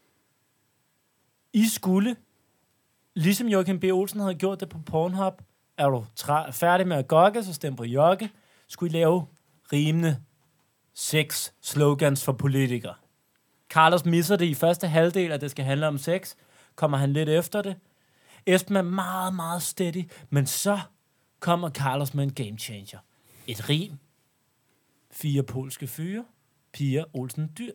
I skulle, ligesom Joachim B. Olsen havde gjort det på Pornhub, er du træ- færdig med at gokke, så stem på Jokke, skulle I lave rimende sex slogans for politikere. Carlos misser det i første halvdel, at det skal handle om sex. Kommer han lidt efter det. Esben er meget, meget steady, men så kommer Carlos med en game changer. Et rim. Fire polske fyre. Pia Olsen Dyr.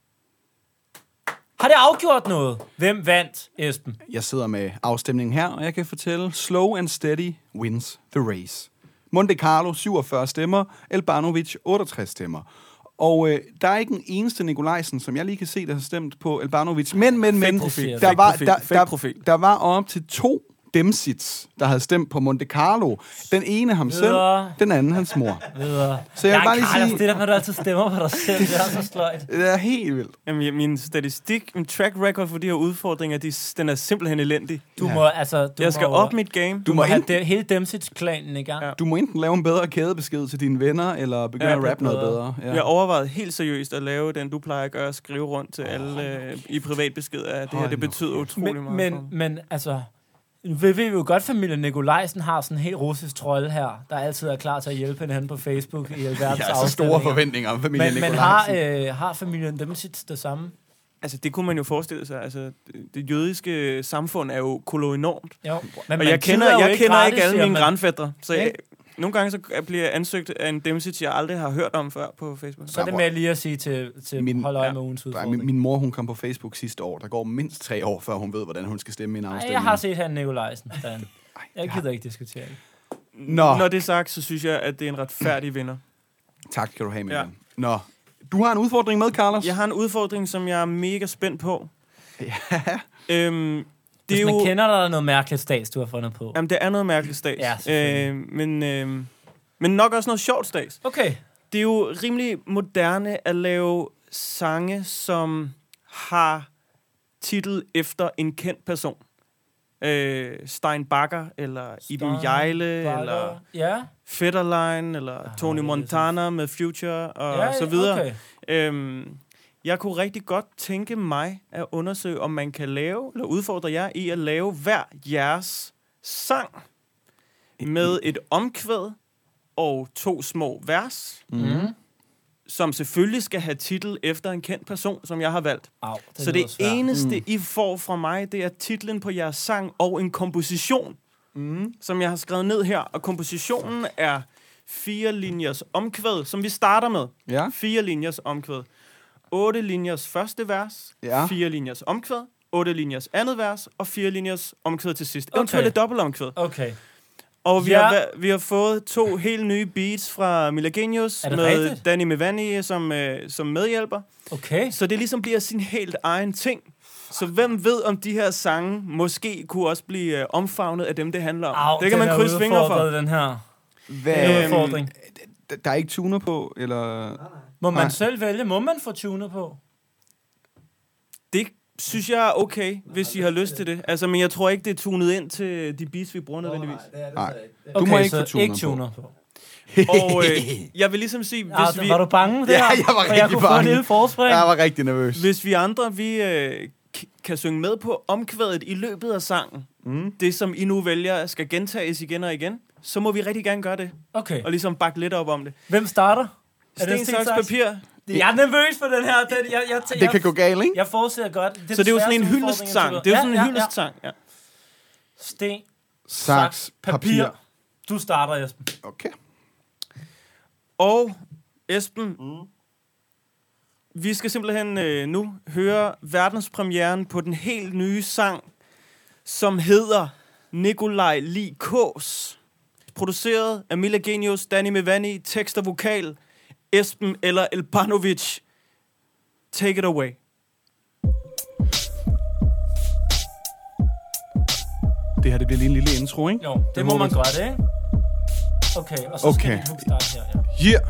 Har det afgjort noget? Hvem vandt, Esben? Jeg sidder med afstemningen her, og jeg kan fortælle, slow and steady wins the race. Monte Carlo, syvogfyrre stemmer. Elbanovic, otteogtres stemmer. Og øh, der er ikke en eneste Nikolajsen, som jeg lige kan se, der har stemt på Elbanovic. Men, men, men, profil. der var, Fake der, profil. der, Fake profil. der var op til to Demsits, der havde stemt på Monte Carlo. Den ene ham Videre. selv, den anden hans mor. Videre. Så jeg vil bare lige Carlos, sige- det der med, at du altid stemmer på dig selv, det er så sløjt. Det er helt vildt. Jamen, min statistik, min track record for de her udfordringer, de, den er simpelthen elendig. Du Ja. må, altså... Du Jeg skal må, op mit game. Du Du må må have ind- det, hele Demsits-klanen i gang. Ja. Ja. Du må enten lave en bedre kædebesked til dine venner, eller begynde Ja, at rappe noget bedre. Ja. Jeg overvejede helt seriøst at lave den, du plejer at gøre, skrive rundt til alle øh, i privatbeskeder, at det her, Hold det nu betyder utrolig Men, meget for men, mig. men altså... Vi ved jo godt, at familien Nikolajsen har sådan en helt russisk trolde her, der altid er klar til at hjælpe hende på Facebook i alverdens Jeg har så store afstemninger. forventninger om familien Men, men har, Nikolajsen. øh, har familien Demsits det samme? Altså, det kunne man jo forestille sig. Altså, det, det jødiske samfund er jo koloenormt. Jo. Men Og man jeg kender, tider jo jeg kender gratis, ikke alle siger mine man. grandfædre, så jeg, Ikke? nogle gange så bliver jeg ansøgt af en Demsits, jeg aldrig har hørt om før på Facebook. Så er det med lige at sige til, til Min- hold øje ja. med ugens Nej, udfordring. min, min mor, hun kom på Facebook sidste år. Der går mindst tre år, før hun ved, hvordan hun skal stemme i en Ej, afstemning. jeg har set her Nikolajsen. Dan. Jeg ja. gider ikke diskutere det. Nå. Når det er sagt, så synes jeg, at det er en retfærdig vinder. Tak skal du have, min Ja. ven. Nå. Du har en udfordring med, Carlos? Jeg har en udfordring, som jeg er mega spændt på. Ja. Øhm, det Hvis er man jo, kender, der er noget mærkeligt stats, du har fundet på. Jamen, det er noget mærkeligt stats. Ja, selvfølgelig. øh, men, øh, men nok også noget sjovt stats. Okay. Det er jo rimelig moderne at lave sange, som har titel efter en kendt person. Øh, Stein Bakker, eller Iben Jejle, Bakker. eller Ja. Fetterlein, eller Aha, Tony det er Montana med Future, og ja, så videre. Okay. Øhm, jeg kunne rigtig godt tænke mig at undersøge, om man kan lave, eller udfordre jer i at lave hver jeres sang med et omkvæd og to små vers, Mm. som selvfølgelig skal have titel efter en kendt person, som jeg har valgt. Au, det Så lyder det svært. eneste, mm. I får fra mig, det er titlen på jeres sang og en komposition, Mm. som jeg har skrevet ned her. Og kompositionen er fire linjers omkvæd, som vi starter med. Ja. Fire linjers omkvæd. Otte linjers første vers, Ja. fire linjers omkvæd, otte linjers andet vers, og fire linjers omkvæd til sidst. Okay. Eventuelt et dobbeltomkvæd. Okay. Og vi, Ja. har, va- vi har fået to helt nye beats fra Mila Genius, Er det med rigtigt? Danny Mevani som, øh, som medhjælper. Okay. Så det ligesom bliver sin helt egen ting. Så hvem ved, om de her sange måske kunne også blive øh, omfavnet af dem, det handler om. Au, det kan den man er krydse fingre for. udfordret, den her. Hvad, Øhm, udfordring. d- der er ikke tuner på, eller... Må man Nej. selv vælge? Må man få tuner på? Det synes jeg er okay, hvis I har lyst til det. Altså, men jeg tror ikke, det er tunet ind til de beats, vi bruger nødvendigvis. Nej. Du Okay, må ikke så få tuner ikke på. tuner på. Og øh, jeg vil ligesom sige, Ja, hvis vi, var du bange der? Ja, jeg var For jeg rigtig kunne få en bange. lille forspring. Jeg var rigtig nervøs. hvis vi andre vi, øh, k- kan synge med på omkvædet i løbet af sangen, Mm. det som I nu vælger skal gentages igen og igen, så må vi rigtig gerne gøre det. Okay. Og ligesom bakke lidt op om det. Hvem starter? Er Sten, saks, papir. Jeg er nervøs for den her. Den, jeg, jeg, jeg, Det kan gå galt, ikke? Jeg forudser godt. Det Så det er jo sådan en sværeste hyldestsang. udfordring, Det er jo indtil sådan en videre. hyldestsang, ja. Sten, Saks, papir. Du starter, Esben. Okay. Og Esben, mm. vi skal simpelthen øh, nu høre verdenspremieren på den helt nye sang, som hedder Nikolaj Lig Kås. Produceret af Mila Genius, Danny Mevani, tekst og vokal, Esben eller Elbanovic. Take it away. Det her, det bliver lige en lille intro, ikke? Jo, det, det må man gøre det, ikke? Okay, og så okay. skal vi hook start her, ja. Yeah.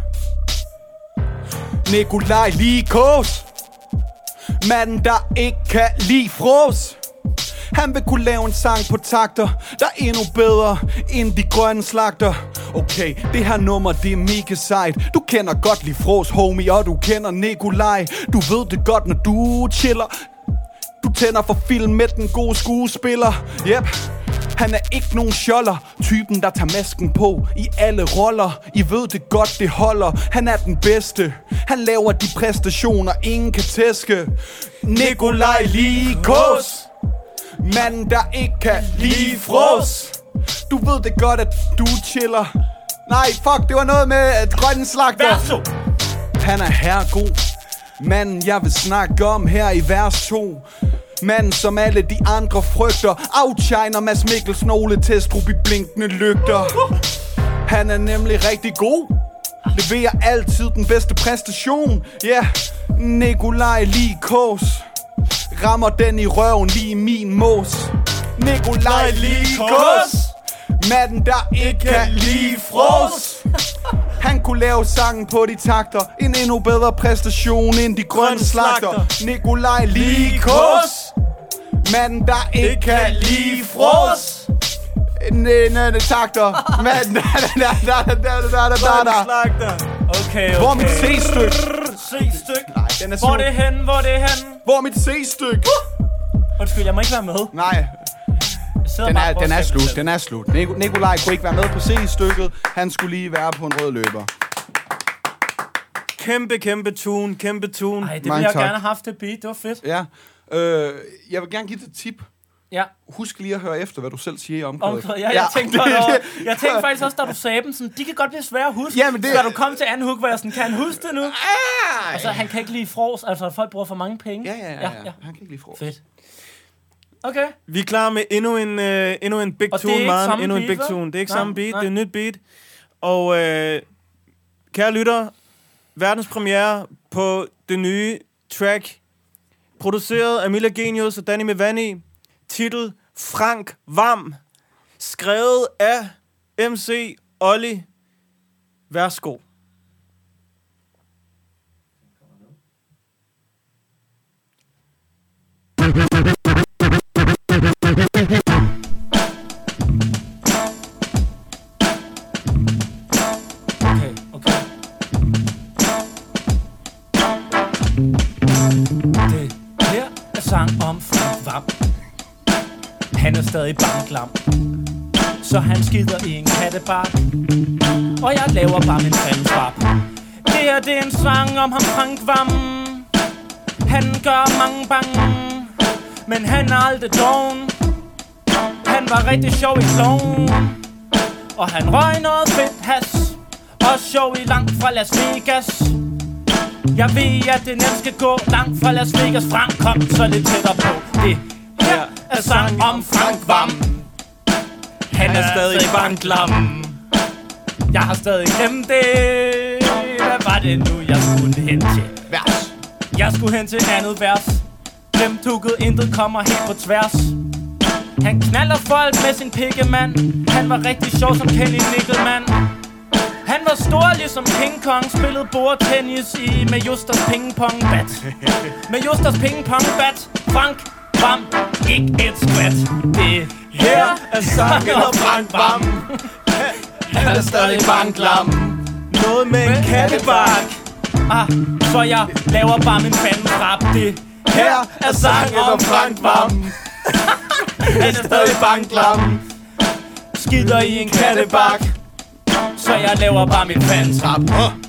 Nikolaj Likos. Manden, der ikke kan lide fros. Han vil kunne lave en sang på takter, der er endnu bedre end de grønne slagter. Okay, det her nummer, det er mega sejt. Du kender godt lige fros, homie, og du kender Nikolaj. Du ved det godt, når du chiller. Du tænder for film med den gode skuespiller. Yep. Han er ikke nogen sjoller, typen der tager masken på i alle roller. I ved det godt, det holder, han er den bedste. Han laver de præstationer, ingen kan tæske. Nikolaj Likos. Manden der ikke kan lide fros. Du ved det godt, at du chiller. Nej, fuck, det var noget med at grønne slagter. Verso. Han er herregod. Manden jeg vil snakke om her i vers to. Manden som alle de andre frygter. Outshiner Mads Mikkelsen, Ole Testrup i blinkende lygter. Han er nemlig rigtig god. Leverer altid den bedste præstation. Ja, yeah. Nikolaj Likos. Rammer den i røven lige min mos. Nikolaj Likos. Manden der ikke kan lide fros. Han kunne lave sangen på de takter. En endnu bedre præstation end de grønne slagter. Nikolaj Likos. Manden der ikke kan lide fros. Næ, takter. Manden der slagter. Okay, okay. Hvor er mit C-stykke? C-stykke? Nej, den er Hvor er slut. det hen? Hvor er det hen? Hvor er mit C-stykke? Uh! Undskyld, jeg må ikke være med. Nej. Den er, den er slut, den er slut. Nik- Nikolaj kunne ikke være med på C-stykket. Han skulle lige være på en rød løber. Kæmpe, kæmpe tune, kæmpe tune. Ej, det Mange ville jeg tak. gerne have haft det beat. Det var fedt. Ja. Øh, jeg vil gerne give dig et tip. Ja. Husk lige at høre efter, hvad du selv siger i omkvædet. Omkvædet, ja, jeg tænkte godt over. Jeg tænkte faktisk også, da du sagde dem sådan, de kan godt blive svære at huske. Ja, men det... Da du kom til anden hook, var jeg sådan, kan han huske det nu? Ej. Altså, han kan ikke lide fros, altså folk bruger for mange penge. Ja, ja, ja, ja. ja. Han kan ikke lide fros. Fedt. Okay. Vi er klar med endnu en, uh, endnu en big og tune, man. Endnu beat, en big hva? tune. Det er ikke nej, samme beat, nej. det er et nyt beat. Og uh, kære lytter, verdenspremiere på det nye track, produceret af Mila Genius og Danny Mevani. Titel Frank Vam. Skrevet af M C Olli. Værsgo. Okay, okay. Det her er sang om Frank Vam. Han er stadig banklam, så han skider i en kattebark. Og jeg laver bare min fandensrap. Det her, det er en sang om ham Frank Vam. Han gør mange bange, men han er aldrig doven. Han var rigtig sjov i kloven, og han røg noget fedt has. Og sjov i langt fra Las Vegas. Jeg ved, at det nemt skal gå langt fra Las Vegas. Frank kom så lidt tættere på. Det her er sang om Frank Vam. Han er stadig banklam. Jeg har stadig glemt det. Hvad var det nu, jeg skulle hen til? Vers. Jeg skulle hen til andet vers. Glemt hugget, intet kommer helt på tværs. Han knaller folk med sin pikkemand. Han var rigtig sjov som Kenny Nickelman. Han var stor ligesom King Kong. Spillede bordtennis i med Justas pingpong-bat. Med Justas pingpong-bat. Frank Vam, ikke et skvat. Det her er sangen om Frank Vam. Han er stadig banklam. Noget med en kattebark. Ah, så jeg laver bare min fandensrap. Det her er sangen om Frank Vam. Han er stadig banklam. Skider i en kattebark. Så jeg laver bare min fandensrap.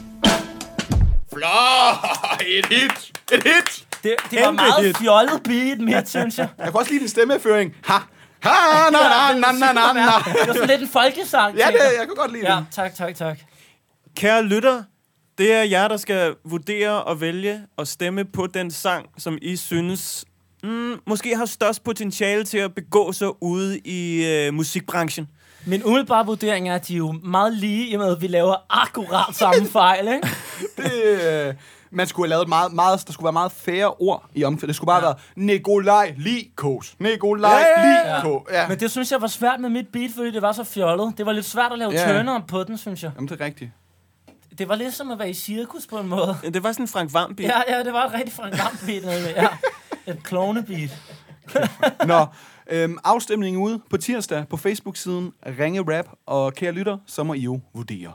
Flot! Et hit! Et hit! Det, det var meget fjollet beat mit, synes jeg. Jeg kan også lide den stemmeføring. Ha! Ha! Na, na, na, na, na, na. Det var sådan lidt en folkesang. Ja, det, jeg kunne godt lide ja, den. tak, tak, tak. Kære lytter, det er jer, der skal vurdere og vælge og stemme på den sang, som I synes mm, måske har størst potentiale til at begå sig ude i øh, musikbranchen. Min umiddelbare vurdering er, at de er jo meget lige, i og med, at vi laver akkurat samme fejl, ikke? Det, øh, man skulle have lavet meget, meget, der skulle være meget færre ord i omkvædet. Det skulle bare ja. være Nikolaj Likos. Nikolaj ja, ja, ja. Likos. Ja. Men det synes jeg var svært med mit beat, fordi det var så fjollet. Det var lidt svært at lave ja. turner på den, synes jeg. Jamen, det er rigtigt. Det var lidt som at være i cirkus på en måde. Det var sådan en Frank Hvam beat. Ja, ja, det var et rigtig Frank Hvam beat. Ja. Et klovnebeat. Nå, øhm, afstemningen ude på tirsdag på Facebook-siden Ringe Rap. Og kære lytter, så må I jo vurdere.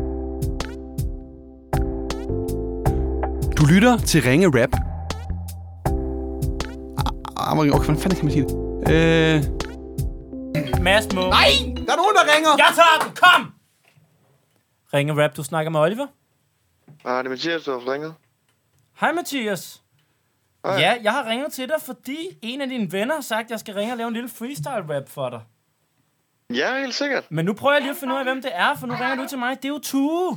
Du lytter til Ringe Rap. Ah, okay, hvordan fanden kan man sige det? Øh... Mads må... Nej! Der er nogen, der ringer! Jeg tager den! Kom! Ringe Rap, du snakker med Oliver. Ah, det er Mathias, du har ringet. Hej Mathias. Hej. Ja, jeg har ringet til dig, fordi en af dine venner har sagt, at jeg skal ringe og lave en lille freestyle rap for dig. Ja, helt sikkert. Men nu prøver jeg lige at finde ud af, hvem det er, for nu ringer du til mig. Det er jo Tue.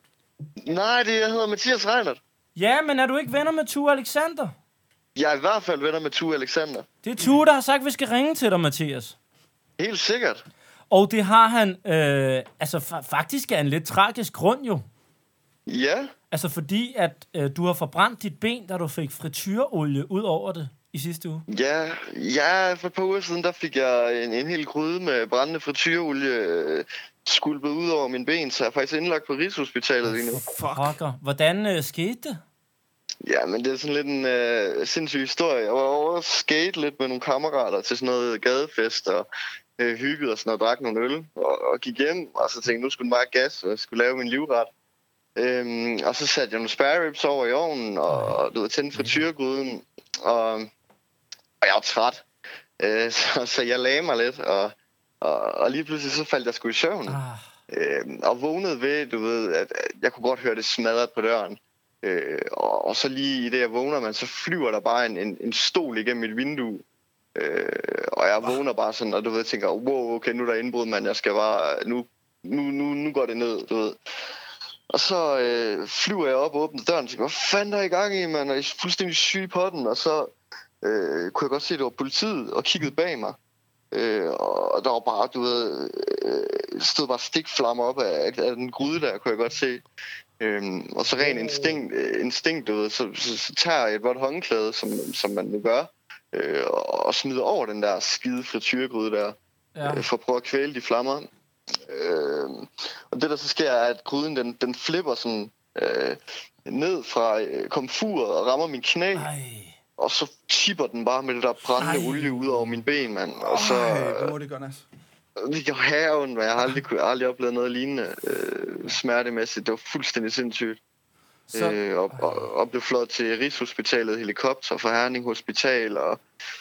Nej, det jeg hedder Mathias Reinert. Ja, men er du ikke venner med Tue Alexander? Jeg er i hvert fald venner med Tue Alexander. Det er Tue, der har sagt, at vi skal ringe til dig, Mathias. Helt sikkert. Og det har han, øh, altså fa- faktisk er en lidt tragisk grund jo. Ja. Altså fordi, at øh, du har forbrændt dit ben, da du fik frityreolie ud over det i sidste uge. Ja, ja, for et par uger siden, der fik jeg en, en hel gryde med brændende frityreolie øh, skulpet ud over min ben, så jeg er faktisk indlagt på Rigshospitalet lige nu. Fucker. Hvordan øh, skete det? Ja, men det er sådan lidt en øh, sindssyg historie. Jeg var over at skate lidt med nogle kammerater til sådan noget gadefest, og øh, hyggede og sådan noget, drak nogle øl, og, og gik hjem, og så tænkte jeg, nu skulle den bare gas, og jeg skulle lave min livret. Øhm, og så satte jeg nogle spare ribs over i ovnen, og, og du ved, tændte frityregryden, og, og jeg var træt. Øh, så, så jeg lagde mig lidt, og, og, og lige pludselig så faldt jeg sgu i søvn. Ah. Øhm, og vågnede ved, du ved, at, at jeg kunne godt høre det smadret på døren. Øh, og, og så lige i det, jeg vågner, man, så flyver der bare en, en, en stol igennem mit vindue. Øh, og jeg vågner bare sådan, og du ved, tænker, wow, okay, nu er der indbrud, mand, jeg skal bare, nu, nu, nu, nu går det ned, du ved. Og så øh, flyver jeg op og åbner døren og tænker, hvad fanden er I gang i, mand? Og jeg er fuldstændig syg på den. Og så øh, kunne jeg godt se, at det var politiet og kiggede bag mig. Øh, og der var bare, du ved, øh, stod bare stikflammer op af, af den gryde der, kunne jeg godt se. Øh, og så ren instinkt, instinkt du ved, så, så, så tager jeg et vådt håndklæde, som, som man vil gøre, øh, og, og smider over den der skide frityregryde der, ja. øh, for at prøve at kvæle de flammer. Øh, og det der så sker er, at gryden den, den flipper sådan øh, ned fra øh, komfuret og rammer min knæ. Ej. Og så tipper den bare med det der brændende Ej. olie ud over min ben, mand. Og så Ej, hvor det gør næst. Det gjorde haven, men jeg har aldrig, jeg har aldrig oplevet noget lignende øh, smertemæssigt. Det var fuldstændig sindssygt. Så... Øh, og, og, og blev flået til Rigshospitalet helikopter fra Herning Hospital og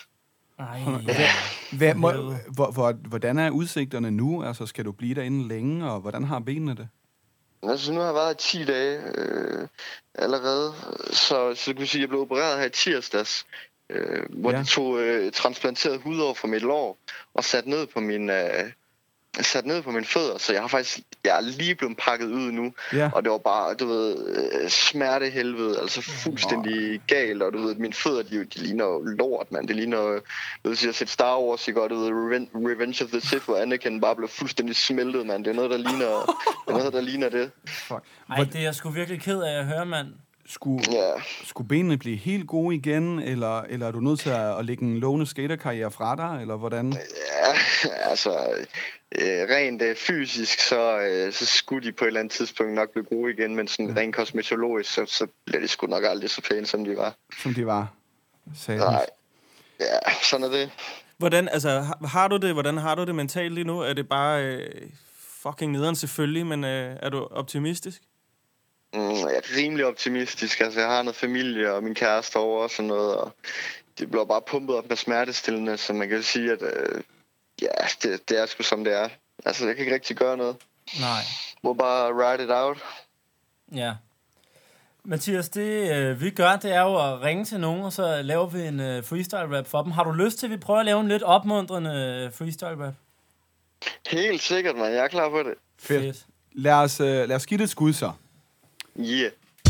Ej, ja. Hvad, må, hvor, hvor, hvordan er udsigterne nu? Altså, skal du blive derinde længe, og hvordan har benene det? Altså, nu har jeg været i ti dage øh, allerede, så, så kan vi sige, at jeg blev opereret her i tirsdags, øh, hvor ja. de tog øh, transplanteret hud over fra mit lår og sat ned på min... Øh, sat ned på mine fødder, så jeg har faktisk, jeg er lige blevet pakket ud nu, ja. Og det var bare, du ved, smertehelvede, altså fuldstændig galt, og du ved, mine fødder, de, de ligner jo lort, mand, det ligner, du ved, jeg har set Star Wars, ikke, og du ved, Revenge of the Sith, hvor Anakin bare blev fuldstændig smeltet, mand, det er noget, der ligner, det er noget, der ligner det. Fuck. Ej, det er jeg sgu virkelig ked af at høre, mand. Skulle, ja. skulle benene blive helt gode igen, eller, eller er du nødt til at, at lægge en lovende skaterkarriere fra dig, eller hvordan? Ja, altså, øh, rent øh, fysisk, så, øh, så skulle de på et eller andet tidspunkt nok blive gode igen, men sådan rent kosmetologisk, så, så bliver de sgu nok aldrig så pæne, som de var. Som de var? Sagde Nej, ja, sådan er det. Hvordan, altså, har, har du det, hvordan har du det mentalt lige nu? Er det bare øh, fucking nederen selvfølgelig, men øh, er du optimistisk? Mm, jeg er rimelig optimistisk. Altså, jeg har noget familie og min kæreste over og sådan noget, og det bliver bare pumpet op med smertestillende, så man kan sige, at øh, ja, det, det er sgu som det er. Altså, jeg kan ikke rigtig gøre noget. Nej. Må bare ride it out. Ja. Mathias, det øh, vi gør, det er jo at ringe til nogen, og så laver vi en øh, freestyle rap for dem. Har du lyst til, at vi prøver at lave en lidt opmuntrende øh, freestyle rap? Helt sikkert, man. Jeg er klar på det. Fedt. Fedt. Lad os, øh, lad os give det et skud, så. Yeah.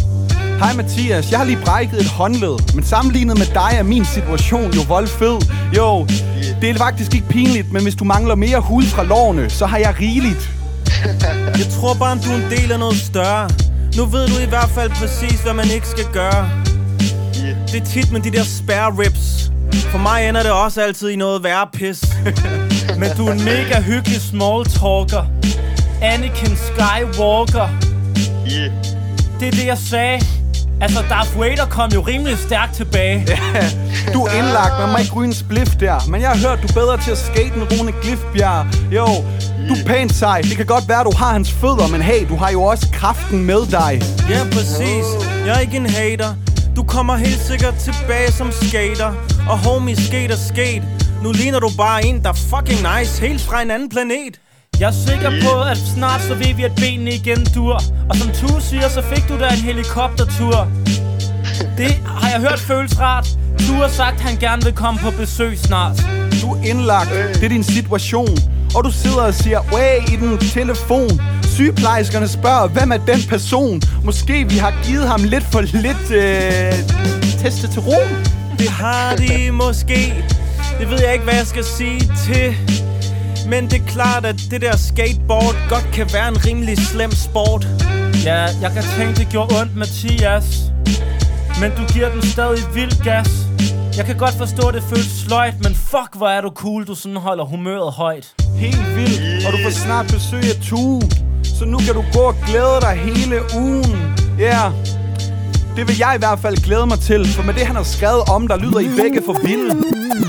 Hej Mathias, jeg har lige brækket et håndled, men sammenlignet med dig er min situation jo voldfed. Jo, yeah. Det er faktisk ikke pinligt, men hvis du mangler mere hud fra lårene, så har jeg rigeligt. Jeg tror bare, du er en del af noget større. Nu ved du i hvert fald præcis, hvad man ikke skal gøre. Yeah. Det er tit med de der spare ribs. For mig ender det også altid i noget værre pis. Men du er en mega hyggelig small talker. Anakin Skywalker. Yeah. Det er det, jeg sagde. Altså, Darth Vader kom jo rimelig stærkt tilbage. Du er indlagt, man må ikke ryge en spliff der. Men jeg har hørt, du er bedre til at skate end Rune Glifbjerg. Jo, du er pænt sej. Det kan godt være, du har hans fødder, men hey, du har jo også kraften med dig. Ja, præcis. Jeg er ikke en hater. Du kommer helt sikkert tilbage som skater. Og homie, skate og skate. Nu ligner du bare en, der er fucking nice. Helt fra en anden planet. Jeg er sikker på, at snart så ved vi, at benene igen dur. Og som Tue siger, så fik du da en helikoptertur. Det har jeg hørt føles rart. Tue har sagt, at han gerne vil komme på besøg snart. Du er indlagt. Det er din situation. Og du sidder og siger, way i den telefon. Sygeplejerskerne spørger, hvem er den person? Måske vi har givet ham lidt for lidt øh, testosteron. Det har de måske. Det ved jeg ikke, hvad jeg skal sige til. Men det er klart, at det der skateboard godt kan være en rimelig slem sport. Ja, jeg kan tænke, det gjorde ondt, Mathias. Men du giver den stadig vild gas. Jeg kan godt forstå, at det føles sløjt, men fuck, hvor er du cool, du sådan holder humøret højt. Helt vildt, og du får snart besøg af Tue. Så nu kan du gå og glæde dig hele ugen. Ja, yeah. Det vil jeg i hvert fald glæde mig til. For med det, han har skrevet om, der lyder I begge for vilde.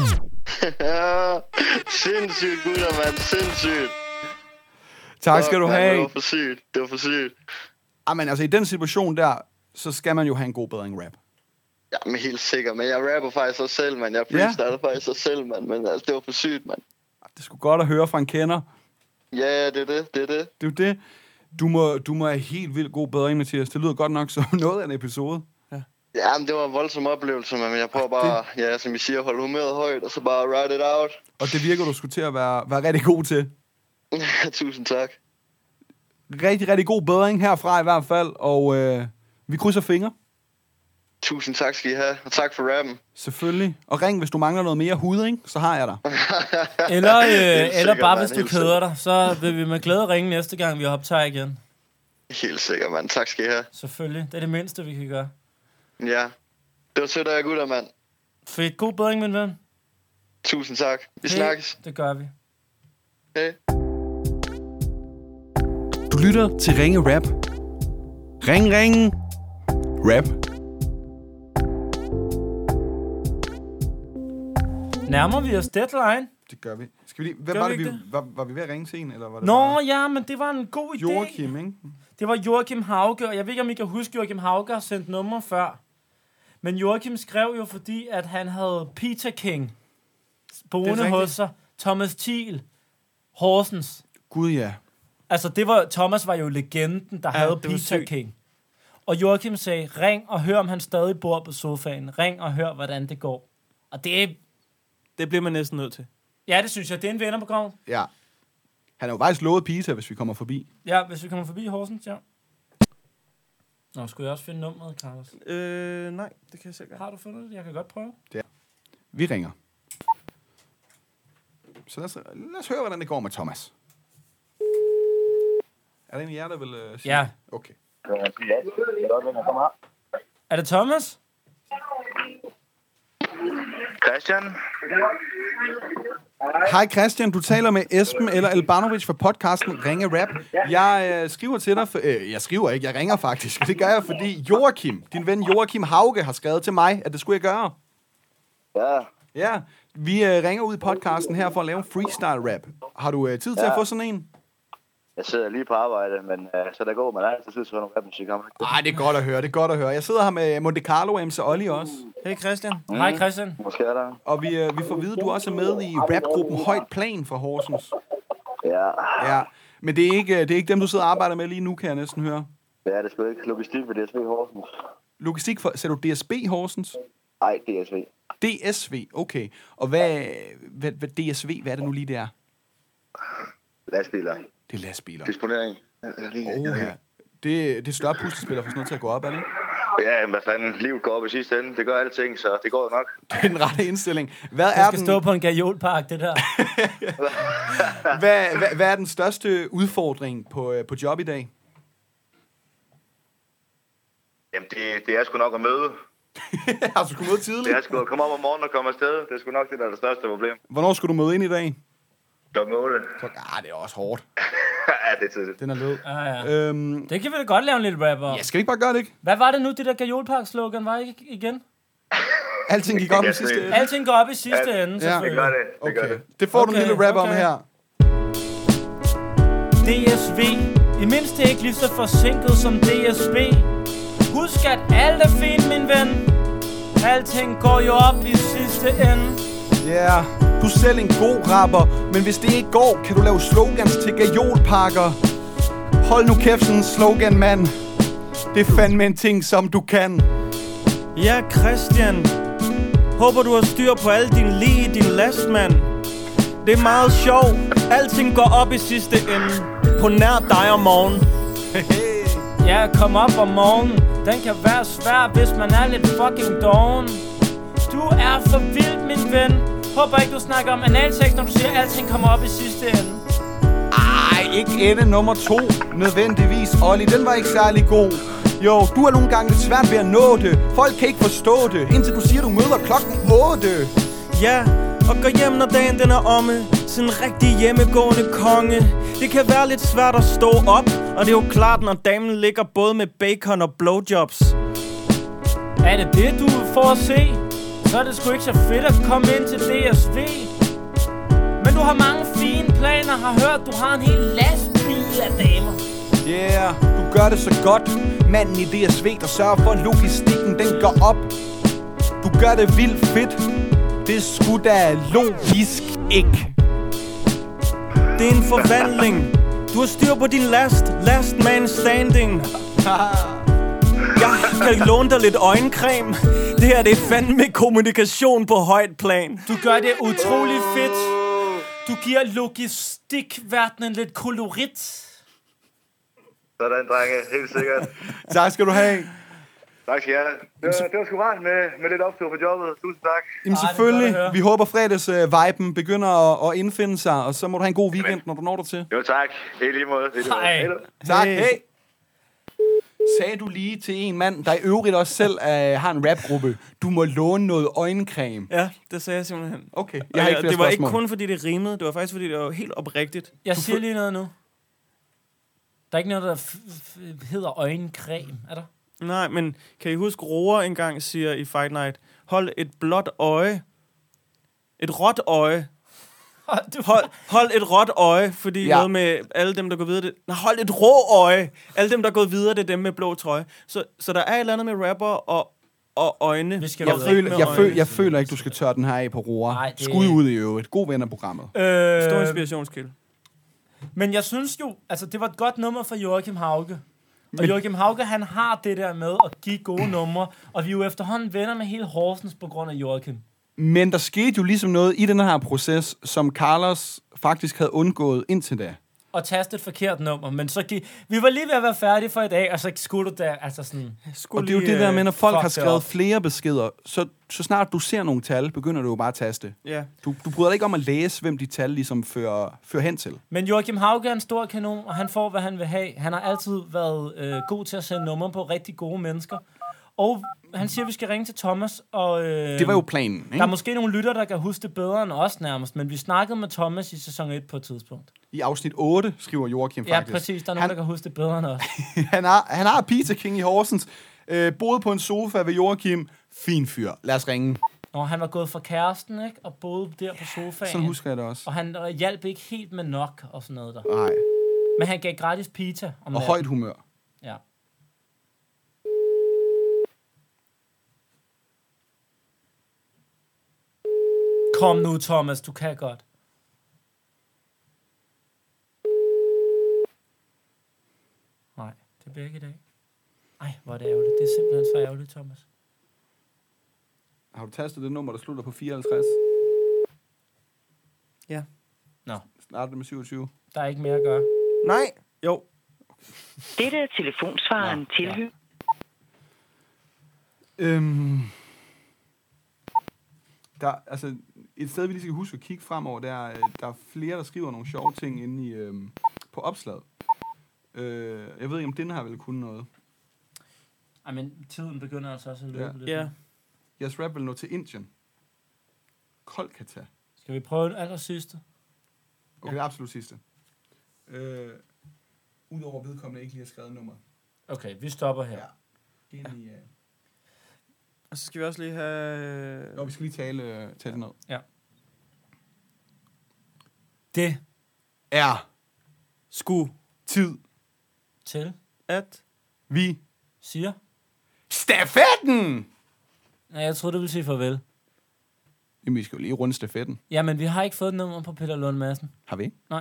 Sindssygt, gutter, mand. Sindssygt. Tak skal du have. Det var for sygt. Det var for sygt. Jamen, altså i den situation der, så skal man jo have en god bedring rap. Ja, men helt sikkert. Men jeg rapper faktisk også selv, mand. Jeg freestyler ja. faktisk også selv, mand. Men altså, det var for sygt, mand. Det skulle godt at høre fra en kender. Ja, det er det. Det er det. Det er det. Du må, du må have helt vildt god bedring, Mathias. Det lyder godt nok som noget af en episode. Ja, ja, men det var en voldsom oplevelse, men jeg prøver bare, det... ja, som I siger, holde humøret højt, og så bare ride it out. Og det virker, du skulle til at være, være rigtig god til. Tusind tak. Rigtig, rigtig god bedring herfra i hvert fald, og øh, vi krydser fingre. Tusind tak skal I have, og tak for rappen. Selvfølgelig. Og ring, hvis du mangler noget mere hud, ikke? Så har jeg dig. eller øh, eller sikkert, bare, man, hvis du keder dig, så vil vi med glæde ringe næste gang, vi optager igen. Helt sikkert, mand. Tak skal I have. Selvfølgelig. Det er det mindste, vi kan gøre. Ja. Det var sødt af jer gutter, mand. Fedt. God bedring, min ven. Tusind tak. Vi hey, snakkes. Det gør vi. Hej. Du lytter til Ringe Rap. Ring, ring. Rap. Nærmer vi os deadline? Det gør vi. Skal vi lige... Hvad var det, vi... Var, var vi ved at ringe til en, eller var det Nå, bare... ja, men det var en god idé. Joachim, ikke? Det var Joachim Hauge, og jeg ved ikke, om I kan huske, Joachim Hauge har sendt nummer før. Men Joachim skrev jo, fordi at han havde Peter King boende hos sig. Thomas Thiel, Horsens. Gud, ja. Altså, det var, Thomas var jo legenden, der ja, havde Peter syg. King. Og Joachim sagde, ring og hør, om han stadig bor på sofaen. Ring og hør, hvordan det går. Og det... Det bliver man næsten nødt til. Ja, det synes jeg. Det er en vennerprogram. Ja. Han er jo faktisk lovet Peter, hvis vi kommer forbi. Ja, hvis vi kommer forbi Horsens, ja. Nå, skulle jeg også finde nummeret, Carlos? Øh, nej, det kan jeg selv gøre. Har du fundet det? Jeg kan godt prøve. Det er. Vi ringer. Så lad os, lad os høre, hvordan det går med Thomas. Er det en af jer, der vil uh, sige? Ja. Okay. Er det Thomas? Christian? Hej Christian, du taler med Esben eller Albanovic fra podcasten Ringe Rap. Jeg øh, skriver til dig, for, øh, jeg skriver ikke, jeg ringer faktisk. Det gør jeg, fordi Joachim, din ven Joachim Hauge, har skrevet til mig, at det skulle jeg gøre. Ja. Ja, vi øh, ringer ud i podcasten her for at lave en freestyle rap. Har du øh, tid til ja. at få sådan en? Jeg sidder lige på arbejde, men øh, så der går man altid tid til at høre noget rapmusik. Ej, det er godt at høre, det er godt at høre. Jeg sidder her med Monte Carlo, M C Olli også. Hej Christian. Mm. Hej Christian. Måske er der. Og vi, øh, vi får at vide, at du også er med i rapgruppen Højt Plan fra Horsens. Ja. Ja, men det er, ikke, det er ikke dem, du sidder og arbejder med lige nu, kan jeg næsten høre. Ja, det er sgu ikke logistik for D S V Horsens. Logistik for, sagde du D S B Horsens? Nej, D S V. D S V, okay. Og hvad, hvad, hvad D S V, hvad er det nu lige, det er? Lastbiler. Det er lastbiler. Disponering. Oh, ja. Det, det er større puslespiller for sådan noget til at gå op, er det ikke? Ja, hvad fanden, livet går op i sidste ende. Det gør alting, så det går nok. Det er en rette indstilling. Hvad det er skal den... stå på en gajolpark, det der. hvad, hvad, hvad er den største udfordring på, på job i dag? Jamen, det, det er sgu nok at møde. Har du skulle møde tidligt? Det er sgu at komme op om morgenen og komme afsted. Det er sgu nok det, der er det største problem. Hvornår skulle du møde ind i dag? Klokken otte. Ah, det er også hårdt. Ja, det er tidligt. Den er lød. Ja, ja. Øhm, Det kan vi da godt lave en lille rap om. ja, skal vi ikke bare gøre det, ikke? Hvad var det nu, det der Gajolpark-slogan var ikke igen? Alting gik op i sidste ende. Alting går op i sidste Ja, ende, det selvfølgelig. gør det. Det gør Okay, det. det får du en Okay, lille rap om okay. her. D S V, i mindste ikke lige så forsinket som D S B. Husk, at alt er fint, min ven. Alting går jo op i sidste ende. Ja, yeah. Du er selv en god rapper, men hvis det ikke går, kan du lave slogans til gajolparker. Hold nu kæft, sådan en slogan, mand. Det er fandme en ting, som du kan. Ja, Christian. Håber, du har styr på alle dine lige i din last, mand. Det er meget sjovt. Alting går op i sidste ende. På nær dig om morgenen. Ja, kom op om morgenen. Den kan være svær, hvis man er lidt fucking doven. Du er for vild, min ven. Håber ikke, du snakker om analsex, når du siger, at alting kommer op i sidste ende. Ej, ikke ende nummer to. Nødvendigvis, Olli, den var ikke særlig god. Jo, du er nogle gange lidt svært ved at nå det. Folk kan ikke forstå det, indtil du siger, du møder klokken otte. Ja, og gå hjem, når dagen den er omme. Sådan en rigtig hjemmegående konge. Det kan være lidt svært at stå op, og det er jo klart, når damen ligger både med bacon og blowjobs. Er det det, du får at se? Så er det sgu ikke så fedt at komme ind til D S V. Men du har mange fine planer. Har hørt, du har en hel lastbil af damer. Yeah, du gør det så godt. Manden i D S V, der sørger for, at logistikken den går op. Du gør det vildt fedt. Det er sgu da logisk ikke. Det er en forvandling. Du har styr på din last. Last man standing. Jeg kan låne dig lidt øjencreme. Det her, det er fandme kommunikation på højt plan. Du gør det utrolig fedt. Du giver logistikverdenen lidt kolorit. Sådan, drenge. Helt sikkert. Tak skal du have. Tak skal jeg have. Det var, det var sgu rart med, med lidt optur på jobbet. Tusind tak. Jamen Ej, selvfølgelig. det er godt at høre. Vi håber fredags-viben uh, begynder at, at indfinde sig, og så må du have en god weekend, når du når der til. Jo, tak. Helt lige måde. Helt lige måde. Hej. Hej. Tak, hey. Sagde du lige til en mand, der i øvrigt også selv uh, har en rapgruppe, du må låne noget øjencreme. Ja, det sagde jeg simpelthen. Okay, jeg har ikke flere Det var spørgsmål. ikke kun fordi det rimede. Det var faktisk fordi det var helt oprigtigt. Jeg siger lige noget nu. Der er ikke noget, der f- f- hedder øjencreme, er der? Nej, men kan I huske, Roar engang siger i Fight Night, hold et blåt øje. Et råt øje. Hold, hold et råt øje, fordi Ja. ja. noget med alle dem, der går videre, det... Nej, hold et rå øje. Alle dem, der går videre, det er dem med blå trøje. Så, så der er et eller andet med rapper og, og øjne. Vi skal Jeg, noget føler, med jeg, øjne. føler, jeg føler ikke, du skal tørre den her af på roer. Nej, det- Skud ud i øvrigt. God ven af programmet. Øh, Stor inspirationskilde. Men jeg synes jo, altså det var et godt nummer for Joachim Hauge. Og Men- Joachim Hauge, han har det der med at give gode numre, og vi er jo efterhånden venner med hele Horsens på grund af Joachim. Men der skete jo ligesom noget i den her proces, som Carlos faktisk havde undgået indtil da. Og taste et forkert nummer, men så gik... Vi var lige ved at være færdige for i dag, og så skulle du der, altså sådan... Og det er jo det der med, når folk fuck har det skrevet op. flere beskeder, så, så snart du ser nogle tal, begynder du jo bare at taste. Ja. Du, du bryder dig ikke om at læse, hvem de tal ligesom fører, fører hen til. Men Joachim Hauge er en stor kanon, og han får, hvad han vil have. Han har altid været øh, god til at sende numre på rigtig gode mennesker. Og han siger, at vi skal ringe til Thomas, og... Øh, Det var jo planen, ikke? Der er måske nogle lytter, der kan huske det bedre end os nærmest, men vi snakkede med Thomas i sæson et på et tidspunkt. I afsnit otte, skriver Joachim Ja, faktisk. præcis. Der er nogen, Han- der kan huske det bedre end os. han, har, han har Pizza King i Horsens. Øh, boede på en sofa ved Joachim. Fin fyr. Lad os ringe. Når han var gået fra kæresten, ikke? Og boede der på sofaen. Sådan husker jeg det også. Og han øh, hjalp ikke helt med nok og sådan noget der. Nej. Men han gav gratis pizza om Og natten. højt humør. Ja. Kom nu, Thomas. Du kan godt. Nej, det bliver ikke i dag. Ej, hvor er det ærgerligt. Det er simpelthen så ærgerligt, Thomas. Har du tastet det nummer, der slutter på fireoghalvtreds? Ja. Nå. Starter det med syvogtyve? Der er ikke mere at gøre. Nej. Jo. Dette er telefonsvaren ja, tilhører. Øhm, der, altså, et sted, vi lige skal huske at kigge fremover, der er, der er flere, der skriver nogle sjove ting inde i, øhm, på opslaget. Øh, jeg ved ikke, om den her vil kunne noget. Ej, men tiden begynder altså også at løbe Ja. lidt. Ja. Jeres rap vil nå til Indien. Kolkata. Skal vi prøve det aller sidste? Okay, det er absolut sidste. Øh, Udover vedkommende ikke lige har skrevet nummer. Okay, vi stopper her. Ja. Ind i, uh... Og så skal vi også lige have... Nå, vi skal lige tale, uh, tale det ned. Ja. Det er sku tid til at vi siger stafetten! Nej, jeg troede, du ville sige farvel. Jamen, vi skal jo lige runde stafetten. Jamen, vi har ikke fået et nummer på Peter Lund Madsen. Har vi ikke? Nej.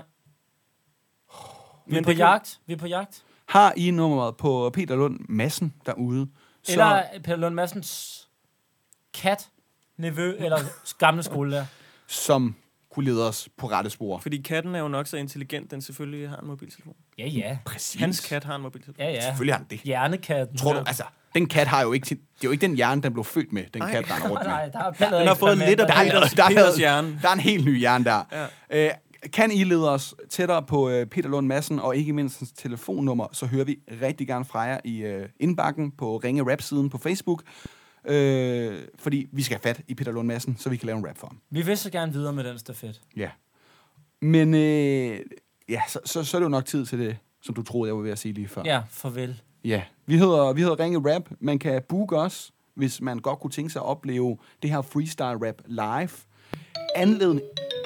Vi er Men på det jagt. Vi er på jagt. Har I nummeret på Peter Lund Madsen derude? Så... Eller Peter Lund Madsens kat, nevø eller gamle skolelærer. Som kunne lede os på rette spor. Fordi katten er jo nok så intelligent, den selvfølgelig har en mobiltelefon. Ja, ja. Præcis. Hans kat har en mobiltelefon. Ja, ja. Selvfølgelig har den det. Hjernekatten. Tror du, altså, den kat har jo ikke... Til, det er jo ikke den hjerne, den blev født med, den Ej. kat, der er rundt med. Nej, der er Ja, den har fået lidt af Der er, Peters, der, er, Peters der, hjerne. der er en helt ny hjerne der. Ja. Øh, kan I lede os tættere på øh, Peter Lund Madsen, og ikke mindst hans telefonnummer, så hører vi rigtig gerne fra jer i øh, indbakken på Ringe Rap-siden på Facebook. Øh, fordi vi skal have fat i Peter Lund Madsen, så vi kan lave en rap for ham. Vi vil så gerne videre med den stafet. Ja. Men øh, ja, så, så, så er det jo nok tid til det, som du troede, jeg var ved at sige lige før. Ja, farvel. Ja, vi hedder, vi hedder Ringe Rap. Man kan booke os, hvis man godt kunne tænke sig at opleve det her freestyle rap live. Anledning...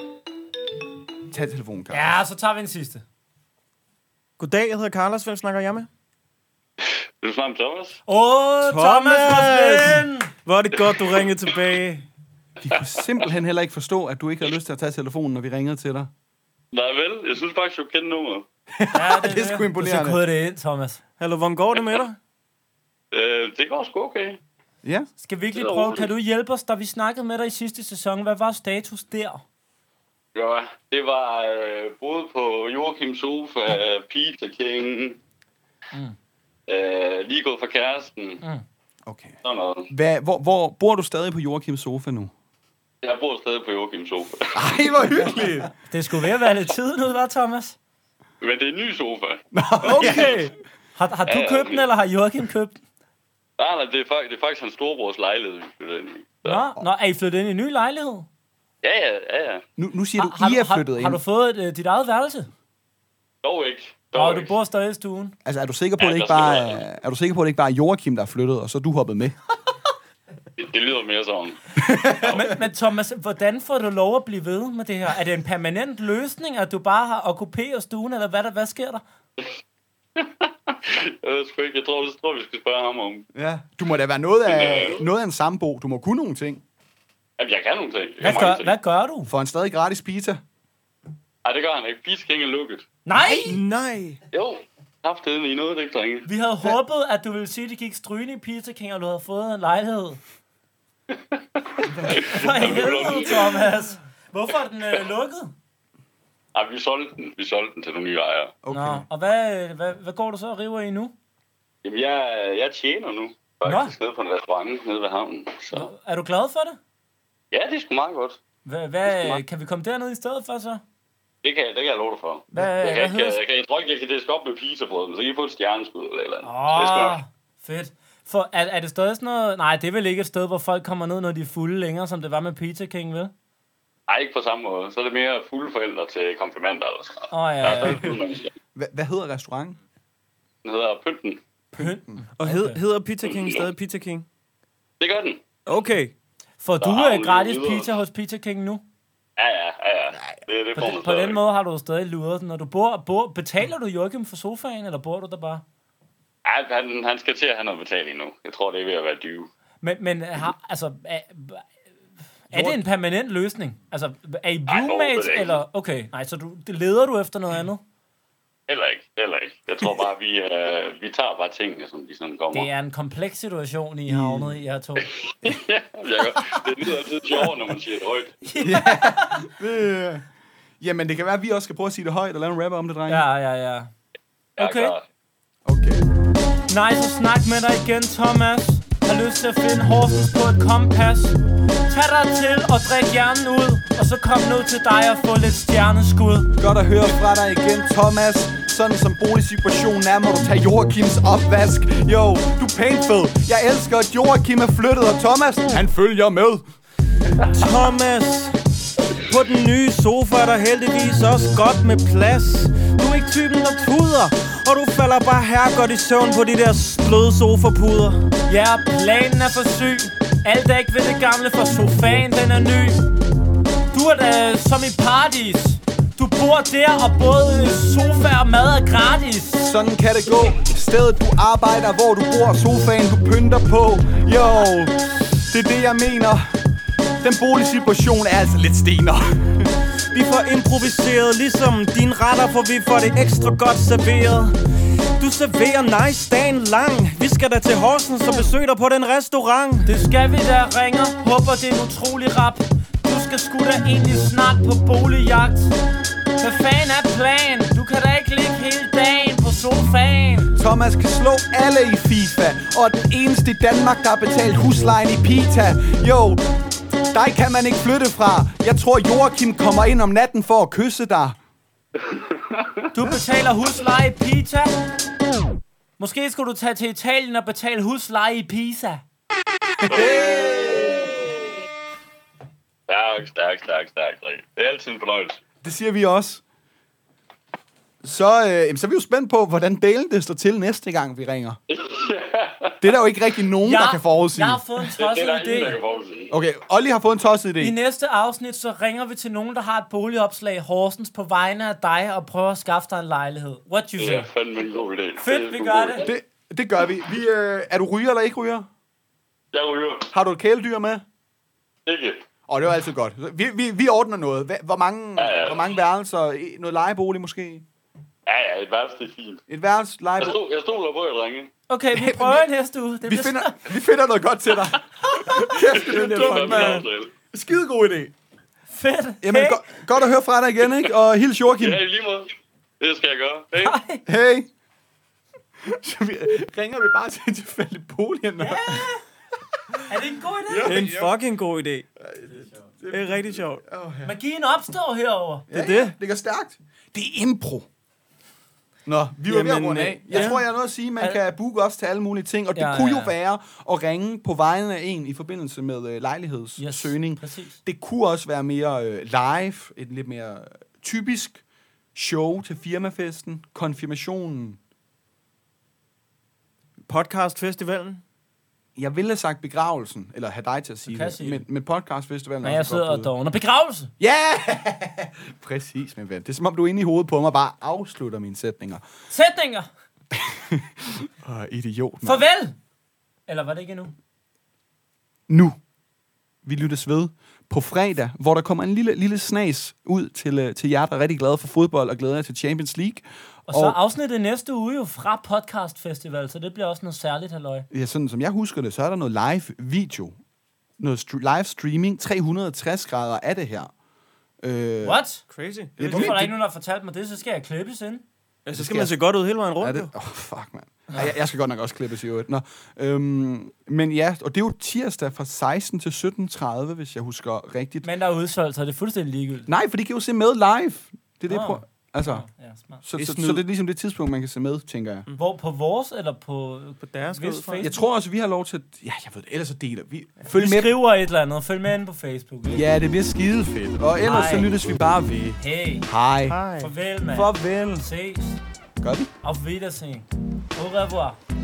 Tag telefonen, Carlos. Ja, så tager vi en sidste. Goddag, jeg hedder Carlos. Hvem snakker jeg med? Vil du snakke med Thomas? Åh, oh, Thomas, vores ven! Hvor er det godt, du ringede tilbage. Vi kunne simpelthen heller ikke forstå, at du ikke havde lyst til at tage telefonen, når vi ringede til dig. Nej vel, jeg synes faktisk, du kender nummeret. Ja, det, det er sgu imponerende. Så kodede det ind, Thomas. Hallo, hvordan går det med dig? Øh, det går sgu okay. Ja. Skal vi ikke lige prøve, kan du hjælpe os, da vi snakkede med dig i sidste sæson? Hvad var status der? Ja, det var øh, både på Joachim Sofa, Pizza King, mm. øh, lige gået fra kæresten. Mm. Okay. Sådan noget. Hvad, hvor, hvor bor du stadig på Joachims sofa nu? Jeg bor stadig på Joachim Sofa. Ej, hvor hyggeligt! Det skulle være at være lidt tid nu, hva', Thomas? Men det er en ny sofa. Okay. Har, har du Ja, købt den, eller har Joachim købt den? Nej, nej, det er, faktisk, det er faktisk hans storebrors lejlighed, vi flytter ind i. Nå, nå, er I flyttet ind i en ny lejlighed? Ja, ja, ja, ja. Nu, nu siger du, har, I har, er flyttet har, ind. har du fået et, uh, dit eget værelse? Dog ikke. Dog Og du ikke. bor stadig i stuen? Altså, er du sikker på, Ja, at det ikke der skal bare du er, er du sikker på, at det ikke bare er Joachim, der er flyttet, og så er du hoppet med? Det, det lyder mere sådan. men, men Thomas, hvordan får du lov at blive ved med det her? Er det en permanent løsning, at du bare har okkuperet stuen, eller hvad, der, hvad sker der? Jeg ved sgu ikke. Jeg tror, jeg tror, vi skal spørge ham om. Ja. Du må da være noget af, noget af en sambo. Du må kunne nogle ting. Jamen, jeg kan nogle ting. Jeg Hvad kan mange gør, ting. hvad gør du? For en stadig gratis pizza. Nej, det gør han ikke. Pizza King er lukket. Nej! Nej. Jo, haft det i noget, det ikke, drenge. Vi havde håbet, at du ville sige, at det gik strygende i Pizza King, og du havde fået en lejlighed. For helvede, Thomas. Hvorfor er den øh, lukket? Ej, vi solgte den. Vi solgte den til nogle nye ejere. Okay. Nå, og hvad, hvad, hvad går du så og river i nu? Jamen, jeg, jeg tjener nu. Faktisk nede på en restaurant nede ved havnen. Så. Er du glad for det? Ja, det er sgu meget godt. Hvad, hvad, kan vi komme derned i stedet for så? Det kan, det kan jeg love dig for. Hvad- jeg, kan hvad ikke, hedder- jeg, jeg, jeg tror ikke, jeg kan diske op med pizzabrød, men så kan I få et stjerneskud eller et eller andet. Så det skal Åh, nok. fedt. For, er, er det stadig sådan noget... Nej, det er vel ikke et sted, hvor folk kommer ned, når de er fulde længere, som det var med Pizza King, vel? Nej, ikke på samme måde. Så er det mere fulde forældre til konfirmander eller sådan noget. Åh, ja, Der er ja. stadig fulde mennesker. Hva, hvad hedder restauranten? Den hedder Pynten. Pynten. Og hed, hedder Pizza King stadig Pizza King? Det gør den. Okay. Får du har øh, hun gratis videre. pizza hos Pizza King nu? Ja, ja, ja. ja. Det, det På, får den, man på den stadig. måde har du stadig luret den. Når du bor, bor, betaler du Joachim for sofaen, eller bor du der bare? Ja, han, han skal til at have noget betaling nu. Jeg tror, det er ved at være dyre. Men, men har, altså, er, er det en permanent løsning? Altså, er I roommates, overhovedet ikke. eller... Okay, nej, så du, det leder du efter noget andet? Heller ikke, heller ikke. Jeg tror bare, vi, øh, vi tager bare tingene, som de sådan kommer. Det er en kompleks situation, I har havnet i, jer to. ja, jeg, det lyder altid sjovere, når man siger det højt. ja. Det, jamen, det kan være, at vi også skal prøve at sige det højt og lave en rapper om det, drenge. Ja, ja, ja. Okay. Ja, Okay. Nice at snakke med dig igen, Thomas. Har lyst til at finde Horsens på et kompas. Tag dig til og drik hjernen ud, og så kom ned til dig og få lidt stjerneskud. Godt at høre fra dig igen, Thomas. sådan som boligsituationen er, må du tage Joachims opvask. Jo, du er pænt fed. Jeg elsker, at Joachim er flyttet, og Thomas, han følger med. Thomas, på den nye sofa er der heldigvis også godt med plads. Du er ikke typen, der tuder, og du falder bare hergodt i søvn på de der bløde sofapuder. Ja, planen er for syg. Alt er ikke ved det gamle, for sofaen den er ny. Du er da som i paradis. Du bor der, og både sofa og mad er gratis. Sådan kan det gå. Stedet du arbejder, hvor du bor, sofaen du pynter på. Jo, det er det jeg mener. Den boligsituation er altså lidt stener. Vi får improviseret ligesom dine retter, for vi får det ekstra godt serveret. Du serverer nice dagen lang. Vi skal da til Horsens og besøge dig på den restaurant. Det skal vi da, Ringer. Håber det er en utrolig rap. Du skal sgu da egentlig snart på boligjagt. Hvad fanden er plan? Du kan da ikke ligge hele dagen på sofaen. Thomas kan slå alle i FIFA, og er den eneste i Danmark, der har betalt huslejen i Pita. Jo, dig kan man ikke flytte fra. Jeg tror, Joachim kommer ind om natten for at kysse dig. Du betaler husleje i Pita. Måske skulle du tage til Italien og betale husleje i Pisa. Stærk, stærk, stærk, stærk. Det er altid en fornøjelse. Det siger vi også. Så, øh, så er vi jo spændt på, hvordan delen det står til næste gang, vi ringer. Det er der jo ikke rigtig nogen, jeg, der kan forudsige. Jeg har fået en tosset det er der idé. ingen, der kan forudsige. Okay, Olli har fået en tosset idé. I næste afsnit, så ringer vi til nogen, der har et boligopslag i Horsens på vegne af dig, og prøver at skaffe dig en lejlighed. What you Det say? er fandme en god idé. Fedt, vi gør det. det. Det gør vi. vi øh, er du ryger eller ikke ryger? Jeg ryger. Har du et kæledyr med? Ikke. Åh, oh, det var altid godt. Vi, vi, vi ordner noget. Hva- Hvor mange, ja, ja. hvor mange værelser? Noget lejebolig måske? Ja, ja, et værelse, det er fint. Et værelse, Jeg, lejebolig? stod, jeg stoler på jer, drenge. Okay, vi prøver næste uge. Det Vi finder, vi finder noget godt til dig. Kæft, det er Det er dumt, fandme mand. aftale. Skide god idé. Fedt. Jamen, Hey. go- godt at høre fra dig igen, ikke? Og hils Joachim. Ja, i lige måde. Det skal jeg gøre. Hey. Hey. Så vi ringer vi bare til en tilfældig bolig. Ja. Er det en god idé? Det er en fucking god idé. Det er rigtig sjovt. Magien opstår herover. Det er det. Det går stærkt. Det er impro. Nå, vi var ved at runde af. Jeg ja. tror, jeg har noget at sige. Man kan booke også til alle mulige ting. Og det Ja, kunne ja, jo være at ringe på vegne af en i forbindelse med uh, lejlighedssøgning. Yes, det kunne også være mere uh, live. Et lidt mere uh, typisk show til firmafesten. Konfirmationen. Podcastfestivalen. Jeg ville have sagt begravelsen, eller have dig til at sige kan det. sige Men, men podcastfestivalen Men er jeg også sidder godt og bud. dogner. Begravelse! Ja! Yeah! Præcis, min ven. Det er som om, du er inde i hovedet på mig, bare afslutter mine sætninger. Sætninger! Åh, idiot, mand. Farvel! Eller var det ikke endnu? Nu. Vi lyttes ved på fredag, hvor der kommer en lille, lille snas ud til, uh, til jer, der er rigtig glade for fodbold og glæder jer til Champions League. Og så afsnittet næste uge jo fra Podcast Festival, så det bliver også noget særligt, halløj. Ja, sådan som jeg husker det, så er der noget live video. Noget st- live streaming, tre hundrede og tres grader af det her. Øh, What? Crazy. Ja, det, Hvorfor er der det, ikke nogen, der har fortalt mig det, så skal jeg klippes ind. Ja, så skal man se godt ud hele vejen rundt. er det? Åh, oh, fuck, mand. Ja. Jeg, jeg skal godt nok også klippes i øvrigt. Nå, øhm, men ja, og det er jo tirsdag fra seksten til sytten tredive, hvis jeg husker rigtigt. Men der er udsolgt, så er det fuldstændig ligegyldigt. Nej, for de kan jo se med live. Det er det, Nå. prøv. Altså, Ja, smart. så, så, så, så det er ligesom det tidspunkt, man kan se med, tænker jeg. Hvor, på vores eller på, på deres hvis Facebook? Jeg tror også, vi har lov til at... Ja, jeg ved det, ellers så deler vi. Følg vi med. Skriver et eller andet. Følg med inde på Facebook. Ikke? Ja, det bliver skide fedt. Og ellers Hej. så lyttes vi bare ved. Hey. Hej. Hej. Farvel, mand. Farvel. Ses. Gør vi? Auf Wiedersehen. Au revoir.